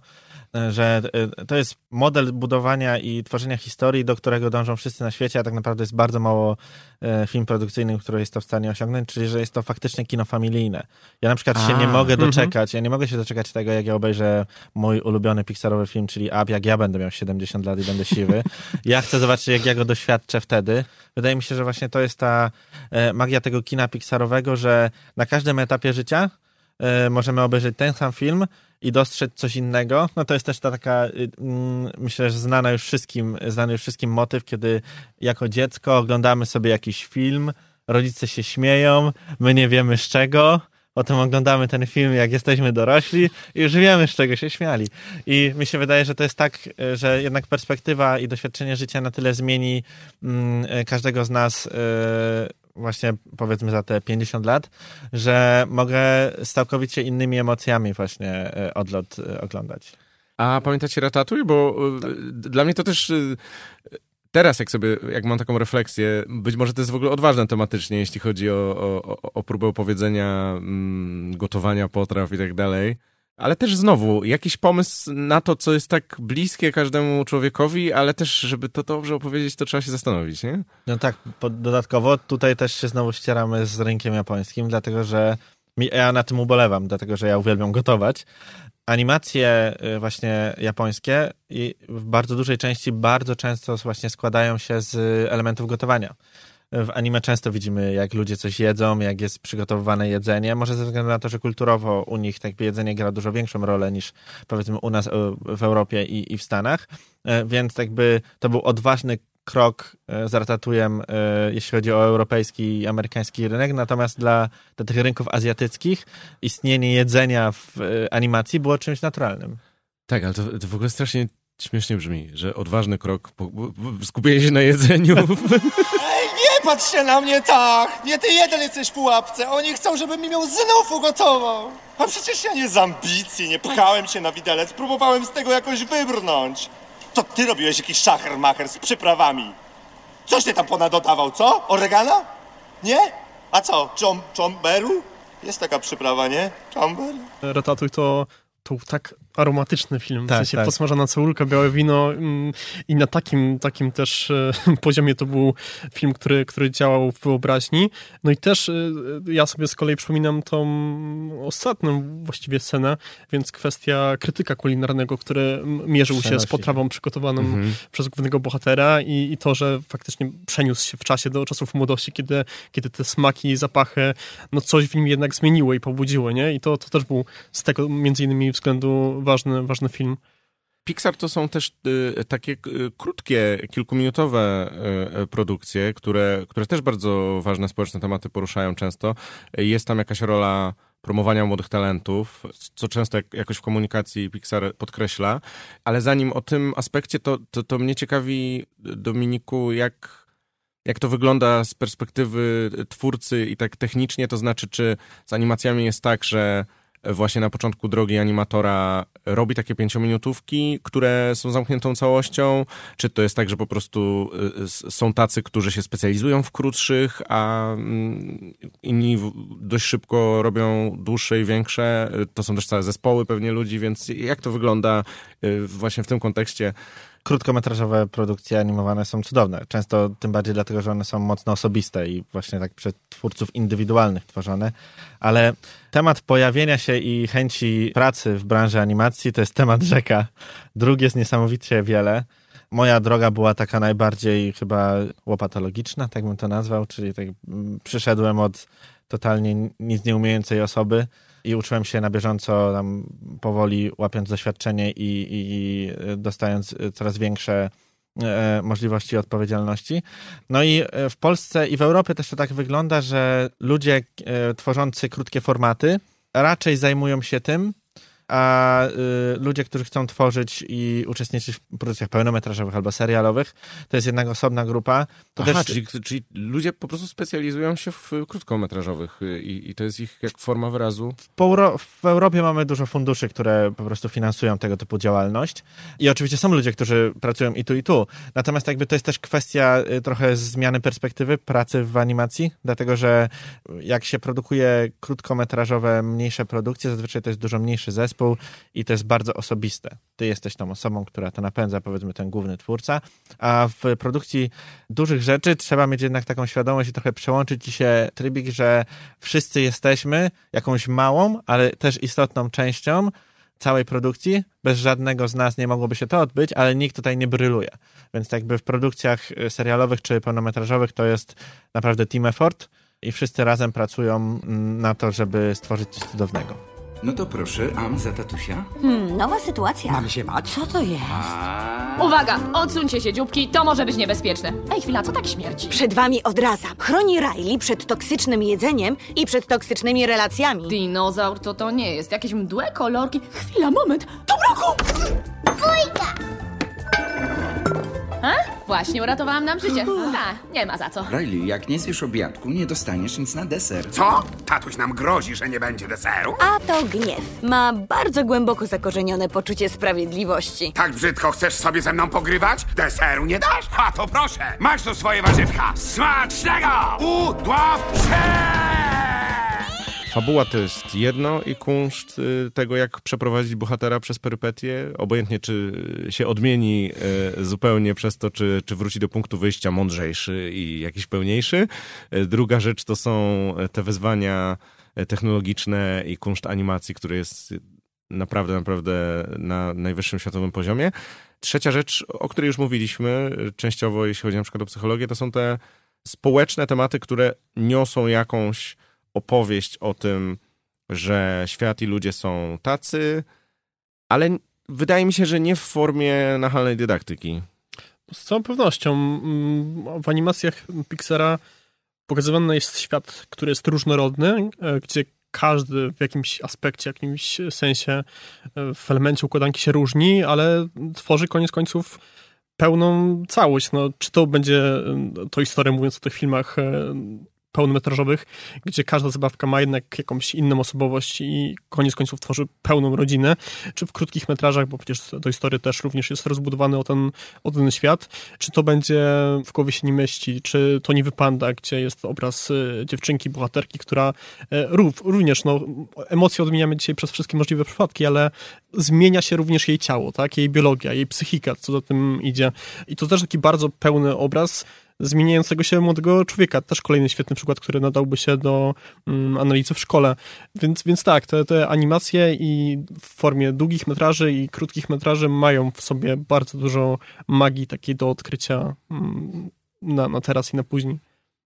że y, to jest model budowania i tworzenia historii, do którego dążą wszyscy na świecie, a tak naprawdę jest bardzo mało y, film produkcyjnych, który jest to w stanie osiągnąć, czyli że jest to faktycznie kino familijne. Ja na przykład a, się nie mogę doczekać, mm-hmm. ja nie mogę się doczekać tego, jak ja obejrzę mój ulubiony pixarowy film, czyli Up, jak ja będę miał siedemdziesiąt lat i będę siwy. Ja chcę zobaczyć, jak ja go doświadczę wtedy. Wydaje mi się, że właśnie to jest ta e, magia tego kina pixarowego, że na każdym etapie życia e, możemy obejrzeć ten sam film i dostrzec coś innego. No to jest też ta taka, y, mm, myślę, że znana już wszystkim, znany już wszystkim motyw, kiedy jako dziecko oglądamy sobie jakiś film, rodzice się śmieją, my nie wiemy z czego, potem oglądamy ten film, jak jesteśmy dorośli i już wiemy, z czego się śmiali. I mi się wydaje, że to jest tak, że jednak perspektywa i doświadczenie życia na tyle zmieni mm, każdego z nas yy, właśnie powiedzmy za te pięćdziesiąt lat, że mogę z całkowicie innymi emocjami właśnie yy, odlot yy, oglądać. A pamiętacie Ratatouille? Bo tak. Dla mnie to też... Teraz, jak sobie, jak mam taką refleksję, być może to jest w ogóle odważne tematycznie, jeśli chodzi o, o, o próbę opowiedzenia mm, gotowania potraw i tak dalej, ale też znowu jakiś pomysł na to, co jest tak bliskie każdemu człowiekowi, ale też, żeby to dobrze opowiedzieć, to trzeba się zastanowić, nie? No tak, dodatkowo tutaj też się znowu ścieramy z rynkiem japońskim, dlatego że mi, ja na tym ubolewam, dlatego że ja uwielbiam gotować. Animacje właśnie japońskie i w bardzo dużej części bardzo często właśnie składają się z elementów gotowania. W anime często widzimy, jak ludzie coś jedzą, jak jest przygotowywane jedzenie. Może ze względu na to, że kulturowo u nich tak jedzenie gra dużo większą rolę niż powiedzmy u nas w Europie i, i w Stanach. Więc jakby to był odważny krok z Ratatouille'em, jeśli chodzi o europejski i amerykański rynek, natomiast dla, dla tych rynków azjatyckich istnienie jedzenia w animacji było czymś naturalnym. Tak, ale to, to w ogóle strasznie śmiesznie brzmi, że odważny krok, po, po, skupienie się na jedzeniu. Ej, nie patrz się na mnie tak! Nie ty jeden jesteś w pułapce, oni chcą, żebym mi ją znów ugotował. A przecież ja nie z ambicji, nie pchałem się na widelec, próbowałem z tego jakoś wybrnąć. To ty robiłeś jakiś szacher-macher z przyprawami. Coś ty tam ponadodawał, co? Oregano? Nie? A co? Czom, czomberu? Jest taka przyprawa, nie? Czomber? Ratatouille to, to tak aromatyczny film, tak, w sensie tak. posmażana cebulka, białe wino mm, i na takim, takim też e, poziomie to był film, który, który działał w wyobraźni. No i też e, ja sobie z kolei przypominam tą ostatnią właściwie scenę, więc kwestia krytyka kulinarnego, który mierzył się z potrawą przygotowaną mhm. przez głównego bohatera i, i to, że faktycznie przeniósł się w czasie do czasów młodości, kiedy, kiedy te smaki i zapachy, no coś w nim jednak zmieniły i pobudziły, nie? I to, to też był z tego między innymi względu ważny, ważny film. Pixar to są też y, takie y, krótkie, kilkuminutowe y, produkcje, które, które też bardzo ważne społeczne tematy poruszają często. Jest tam jakaś rola promowania młodych talentów, co często jak, jakoś w komunikacji Pixar podkreśla. Ale zanim o tym aspekcie, to, to, to mnie ciekawi, Dominiku, jak, jak to wygląda z perspektywy twórcy i tak technicznie, to znaczy, czy z animacjami jest tak, że właśnie na początku drogi animatora robi takie pięciominutówki, które są zamkniętą całością? Czy to jest tak, że po prostu są tacy, którzy się specjalizują w krótszych, a inni dość szybko robią dłuższe i większe? To są też całe zespoły pewnie ludzi, więc jak to wygląda właśnie w tym kontekście? Krótkometrażowe produkcje animowane są cudowne. Często tym bardziej dlatego, że one są mocno osobiste i właśnie tak przez twórców indywidualnych tworzone. Ale temat pojawienia się i chęci pracy w branży animacji to jest temat rzeka. Dróg jest niesamowicie wiele. Moja droga była taka najbardziej chyba łopatologiczna, tak bym to nazwał, czyli tak przyszedłem od totalnie nic nie umiejącej osoby i uczyłem się na bieżąco, tam powoli łapiąc doświadczenie i, i, i dostając coraz większe e, możliwości odpowiedzialności. No i w Polsce i w Europie też to tak wygląda, że ludzie e, tworzący krótkie formaty raczej zajmują się tym, a y, ludzie, którzy chcą tworzyć i uczestniczyć w produkcjach pełnometrażowych albo serialowych, to jest jednak osobna grupa. To Aha, też... czyli, czyli ludzie po prostu specjalizują się w krótkometrażowych i, i to jest ich jak forma wyrazu? W, Euro- w Europie mamy dużo funduszy, które po prostu finansują tego typu działalność i oczywiście są ludzie, którzy pracują i tu, i tu. Natomiast jakby to jest też kwestia y, trochę zmiany perspektywy pracy w animacji, dlatego że jak się produkuje krótkometrażowe, mniejsze produkcje, zazwyczaj to jest dużo mniejszy zespół i to jest bardzo osobiste. Ty jesteś tą osobą, która to napędza, powiedzmy, ten główny twórca, a w produkcji dużych rzeczy trzeba mieć jednak taką świadomość i trochę przełączyć ci się trybik, że wszyscy jesteśmy jakąś małą, ale też istotną częścią całej produkcji. Bez żadnego z nas nie mogłoby się to odbyć, ale nikt tutaj nie bryluje. Więc jakby w produkcjach serialowych czy pełnometrażowych to jest naprawdę team effort i wszyscy razem pracują na to, żeby stworzyć coś cudownego. No to proszę, Am za tatusia. Hmm, nowa sytuacja. Mamy się bać? Co to jest? A... Uwaga, odsuńcie się, dzióbki, to może być niebezpieczne. Ej, chwila, co tak śmierci? Przed wami odraza. Chroni Riley przed toksycznym jedzeniem i przed toksycznymi relacjami. Dinozaur to to nie jest. Jakieś mdłe kolorki. Chwila, moment. To Broku! Dwójka! A? Właśnie uratowałam nam życie. Ta, nie ma za co. Riley, jak nie zjesz obiadku, nie dostaniesz nic na deser. Co? Tatuś nam grozi, że nie będzie deseru? A to gniew. Ma bardzo głęboko zakorzenione poczucie sprawiedliwości. Tak brzydko chcesz sobie ze mną pogrywać? Deseru nie dasz? A to proszę, masz tu swoje warzywka. Smacznego! Udław się! Fabuła to jest jedno i kunszt tego, jak przeprowadzić bohatera przez perypetie, obojętnie czy się odmieni zupełnie przez to, czy, czy wróci do punktu wyjścia mądrzejszy i jakiś pełniejszy. Druga rzecz to są te wyzwania technologiczne i kunszt animacji, który jest naprawdę, naprawdę na najwyższym światowym poziomie. Trzecia rzecz, o której już mówiliśmy, częściowo jeśli chodzi na przykład o psychologię, to są te społeczne tematy, które niosą jakąś opowieść o tym, że świat i ludzie są tacy, ale wydaje mi się, że nie w formie nachalnej dydaktyki. Z całą pewnością w animacjach Pixara pokazywany jest świat, który jest różnorodny, gdzie każdy w jakimś aspekcie, w jakimś sensie, w elemencie układanki się różni, ale tworzy koniec końców pełną całość. No, czy to będzie to historia, mówiąc o tych filmach pełnometrażowych, gdzie każda zabawka ma jednak jakąś inną osobowość i koniec końców tworzy pełną rodzinę, czy w krótkich metrażach, bo przecież do historii też również jest rozbudowany o ten, o ten świat, czy to będzie W głowie się nie mieści, czy to Niwy Panda, gdzie jest obraz dziewczynki, bohaterki, która rów, również, no, emocje odmieniamy dzisiaj przez wszystkie możliwe przypadki, ale zmienia się również jej ciało, tak, jej biologia, jej psychika, co za tym idzie. I to też taki bardzo pełny obraz zmieniającego się młodego człowieka. Też kolejny świetny przykład, który nadałby się do um, analizy w szkole. Więc, więc tak, te, te animacje i w formie długich metraży i krótkich metraży mają w sobie bardzo dużo magii takiej do odkrycia um, na, na teraz i na później.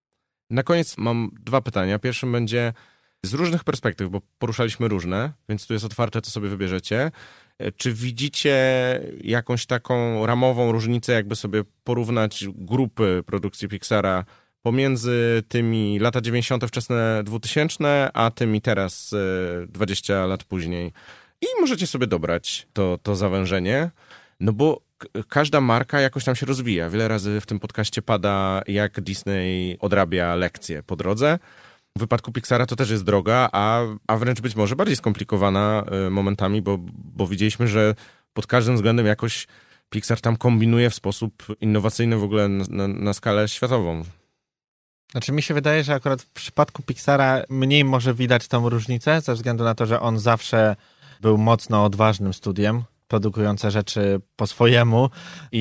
Na koniec mam dwa pytania. Pierwszym będzie z różnych perspektyw, bo poruszaliśmy różne, więc tu jest otwarte, co sobie wybierzecie. Czy widzicie jakąś taką ramową różnicę, jakby sobie porównać grupy produkcji Pixara pomiędzy tymi lata dziewięćdziesiąte, wczesne dwutysięczne, a tymi teraz dwadzieścia lat później? I możecie sobie dobrać to, to zawężenie, no bo każda marka jakoś tam się rozwija. Wiele razy w tym podcaście pada, jak Disney odrabia lekcje po drodze. W wypadku Pixara to też jest droga, a, a wręcz być może bardziej skomplikowana momentami, bo, bo widzieliśmy, że pod każdym względem jakoś Pixar tam kombinuje w sposób innowacyjny w ogóle na, na, na skalę światową. Znaczy mi się wydaje, że akurat w przypadku Pixara mniej może widać tą różnicę, ze względu na to, że on zawsze był mocno odważnym studiem, produkujące rzeczy po swojemu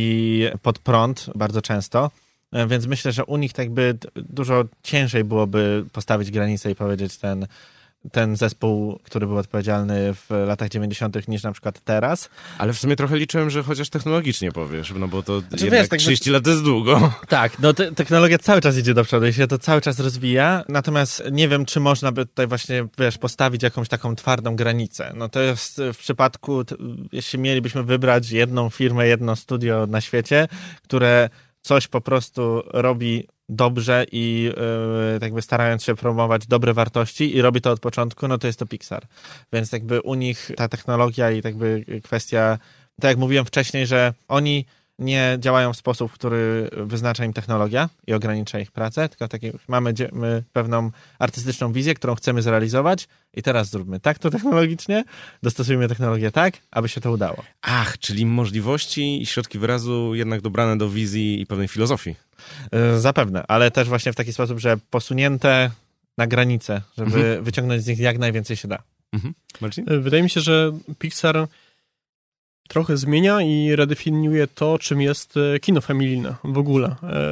i pod prąd bardzo często. Więc myślę, że u nich tak by dużo ciężej byłoby postawić granicę i powiedzieć ten, ten zespół, który był odpowiedzialny w latach dziewięćdziesiątych niż na przykład teraz. Ale w sumie trochę liczyłem, że chociaż technologicznie powiesz, no bo to znaczy, jednak wiesz, tak trzydzieści lat to jest długo. Tak, no te, technologia cały czas idzie do przodu i się to cały czas rozwija, natomiast nie wiem, czy można by tutaj właśnie, wiesz, postawić jakąś taką twardą granicę. No to jest w przypadku, jeśli mielibyśmy wybrać jedną firmę, jedno studio na świecie, które coś po prostu robi dobrze i yy, jakby starając się promować dobre wartości i robi to od początku, no to jest to Pixar. Więc jakby u nich ta technologia i jakby kwestia, tak jak mówiłem wcześniej, że oni nie działają w sposób, który wyznacza im technologia i ogranicza ich pracę, tylko taki, mamy my pewną artystyczną wizję, którą chcemy zrealizować i teraz zróbmy tak to technologicznie, dostosujmy technologię tak, aby się to udało. Ach, czyli możliwości i środki wyrazu jednak dobrane do wizji i pewnej filozofii. Yy, zapewne, ale też właśnie w taki sposób, że posunięte na granicę, żeby mhm. wyciągnąć z nich jak najwięcej się da. Mhm. Marcin? Wydaje mi się, że Pixar trochę zmienia i redefiniuje to, czym jest kino familijne w ogóle.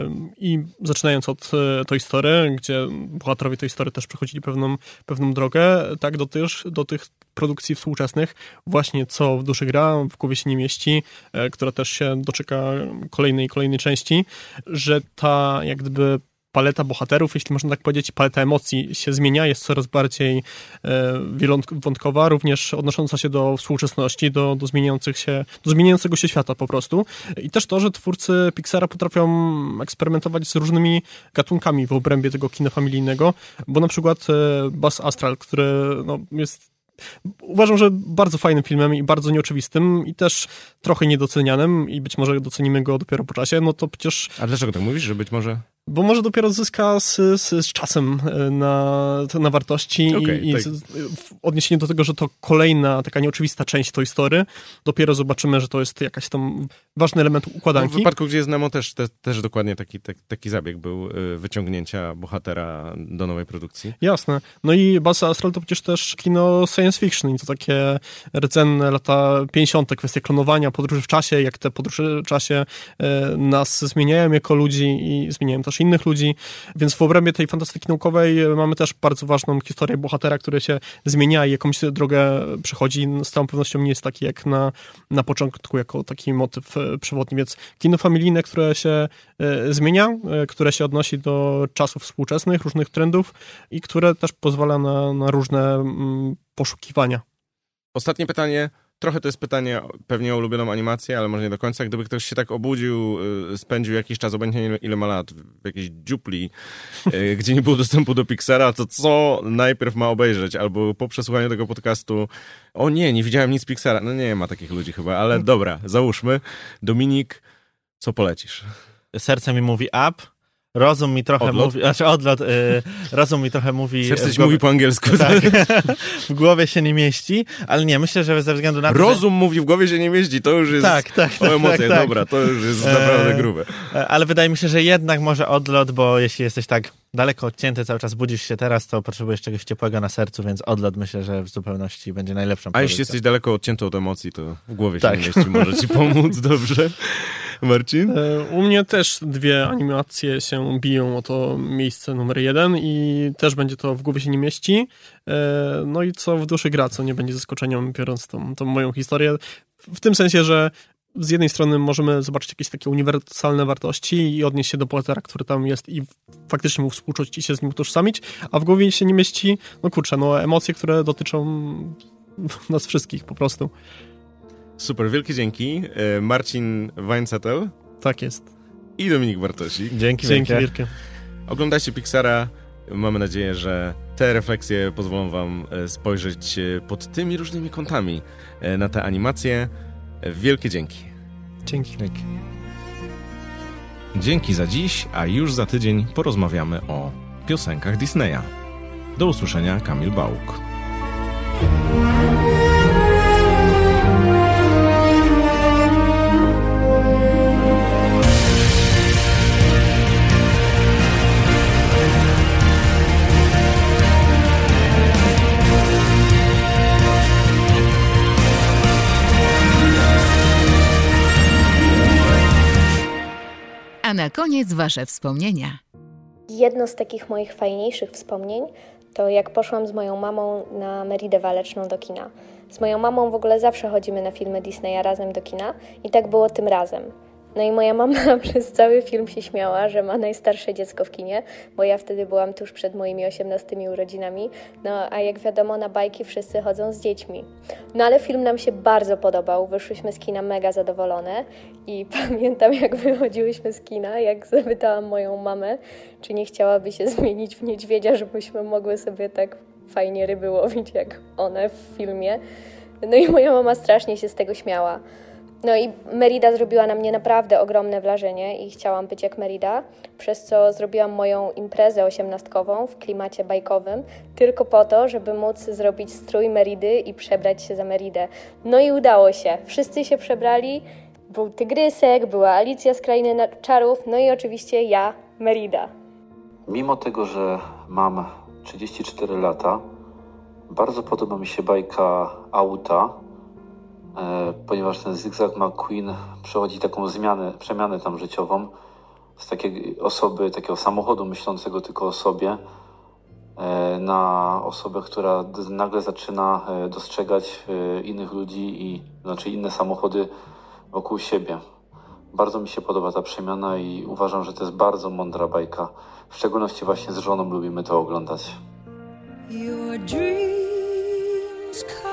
I zaczynając od Toy Story, gdzie bohaterowie Toy Story też przechodzili pewną, pewną drogę, tak do tych, do tych produkcji współczesnych, właśnie Co w duszy gra, W głowie się nie mieści, która też się doczeka kolejnej kolejnej części, że ta jak gdyby paleta bohaterów, jeśli można tak powiedzieć, paleta emocji się zmienia, jest coraz bardziej e, wielowątkowa, również odnosząca się do współczesności, do, do, zmieniających się, do zmieniającego się świata po prostu. I też to, że twórcy Pixara potrafią eksperymentować z różnymi gatunkami w obrębie tego kina familijnego, bo na przykład e, Buzz Astral, który no, jest uważam, że bardzo fajnym filmem i bardzo nieoczywistym i też trochę niedocenianym i być może docenimy go dopiero po czasie, no to przecież... A dlaczego tak mówisz, że być może... Bo może dopiero zyska z, z, z czasem na, na wartości okay, i, tak. i z, w odniesieniu do tego, że to kolejna taka nieoczywista część Toy Story, dopiero zobaczymy, że to jest jakaś tam ważny element układanki. No w wypadku, gdzie jest Nemo, też, te, też dokładnie taki, te, taki zabieg był wyciągnięcia bohatera do nowej produkcji. Jasne. No i Buzz Astral to przecież też kino science fiction i to takie rdzenne lata pięćdziesiąte, kwestie klonowania, podróży w czasie, jak te podróże w czasie e, nas zmieniają jako ludzi i zmieniają też innych ludzi, więc w obrębie tej fantastyki naukowej mamy też bardzo ważną historię bohatera, który się zmienia i jakąś drogę przechodzi. Z całą pewnością nie jest taki jak na, na początku, jako taki motyw przewodni, więc kino familijne, które się e, zmienia, e, które się odnosi do czasów współczesnych, różnych trendów i które też pozwala na, na różne mm, poszukiwania. Ostatnie pytanie. Trochę to jest pytanie pewnie o ulubioną animację, ale może nie do końca. Gdyby ktoś się tak obudził, spędził jakiś czas, obojętnie ile ma lat, w jakiejś dziupli, gdzie nie było dostępu do Pixara, to co najpierw ma obejrzeć? Albo po przesłuchaniu tego podcastu, o nie, nie widziałem nic Pixara. No nie ma takich ludzi chyba, ale dobra, załóżmy. Dominik, co polecisz? Serce mi mówi up, rozum mi trochę odlot? mówi, znaczy odlot, y, rozum mi trochę mówi... Serce głowie, mówi po angielsku. Tak, w głowie się nie mieści, ale nie, myślę, że ze względu na to, Rozum że... mówi w głowie się nie mieści, to już jest tak, tak, o tak, emocjach, tak, tak. dobra, to już jest naprawdę grube. E, ale wydaje mi się, że jednak może odlot, bo jeśli jesteś tak daleko odcięty, cały czas budzisz się teraz, to potrzebujesz czegoś ciepłego na sercu, więc odlot myślę, że w zupełności będzie najlepszą A jeśli pozycją. jesteś daleko odcięty od emocji, to w głowie tak. się nie mieści, może ci pomóc, dobrze? Marcin? U mnie też dwie animacje się biją o to miejsce numer jeden i też będzie to w głowie się nie mieści. No i co w duszy gra, co nie będzie zaskoczeniem, biorąc tą, tą moją historię. W tym sensie, że z jednej strony możemy zobaczyć jakieś takie uniwersalne wartości i odnieść się do bohatera, który tam jest i faktycznie mu współczuć i się z nim utożsamić, a w głowie się nie mieści, no kurczę, no emocje, które dotyczą nas wszystkich po prostu. Super, wielkie dzięki. Marcin Weinzettel. Tak jest. I Dominik Bartosik. Dzięki, Dzięki wielkie. wielkie. Oglądajcie Pixara. Mamy nadzieję, że te refleksje pozwolą wam spojrzeć pod tymi różnymi kątami na te animacje. Wielkie dzięki. Dzięki. Dzięki. Dzięki za dziś, a już za tydzień porozmawiamy o piosenkach Disneya. Do usłyszenia, Kamil Bałuk. A na koniec wasze wspomnienia. Jedno z takich moich fajniejszych wspomnień to jak poszłam z moją mamą na Meridę Waleczną do kina. Z moją mamą w ogóle zawsze chodzimy na filmy Disneya razem do kina i tak było tym razem. No i moja mama przez cały film się śmiała, że ma najstarsze dziecko w kinie, bo ja wtedy byłam tuż przed moimi osiemnastymi urodzinami, no a jak wiadomo na bajki wszyscy chodzą z dziećmi. No ale film nam się bardzo podobał, wyszłyśmy z kina mega zadowolone i pamiętam jak wychodziłyśmy z kina, jak zapytałam moją mamę, czy nie chciałaby się zmienić w niedźwiedzia, żebyśmy mogły sobie tak fajnie ryby łowić jak one w filmie. No i moja mama strasznie się z tego śmiała. No i Merida zrobiła na mnie naprawdę ogromne wrażenie i chciałam być jak Merida, przez co zrobiłam moją imprezę osiemnastkową w klimacie bajkowym tylko po to, żeby móc zrobić strój Meridy i przebrać się za Meridę. No i udało się. Wszyscy się przebrali. Był Tygrysek, była Alicja z Krainy Czarów, no i oczywiście ja, Merida. Mimo tego, że mam trzydzieści cztery lata, bardzo podoba mi się bajka Auta, ponieważ ten Zygzak McQueen przechodzi taką zmianę, przemianę tam życiową z takiej osoby, takiego samochodu myślącego tylko o sobie na osobę, która nagle zaczyna dostrzegać innych ludzi i znaczy inne samochody wokół siebie. Bardzo mi się podoba ta przemiana i uważam, że to jest bardzo mądra bajka. W szczególności właśnie z żoną lubimy to oglądać. Your dreams come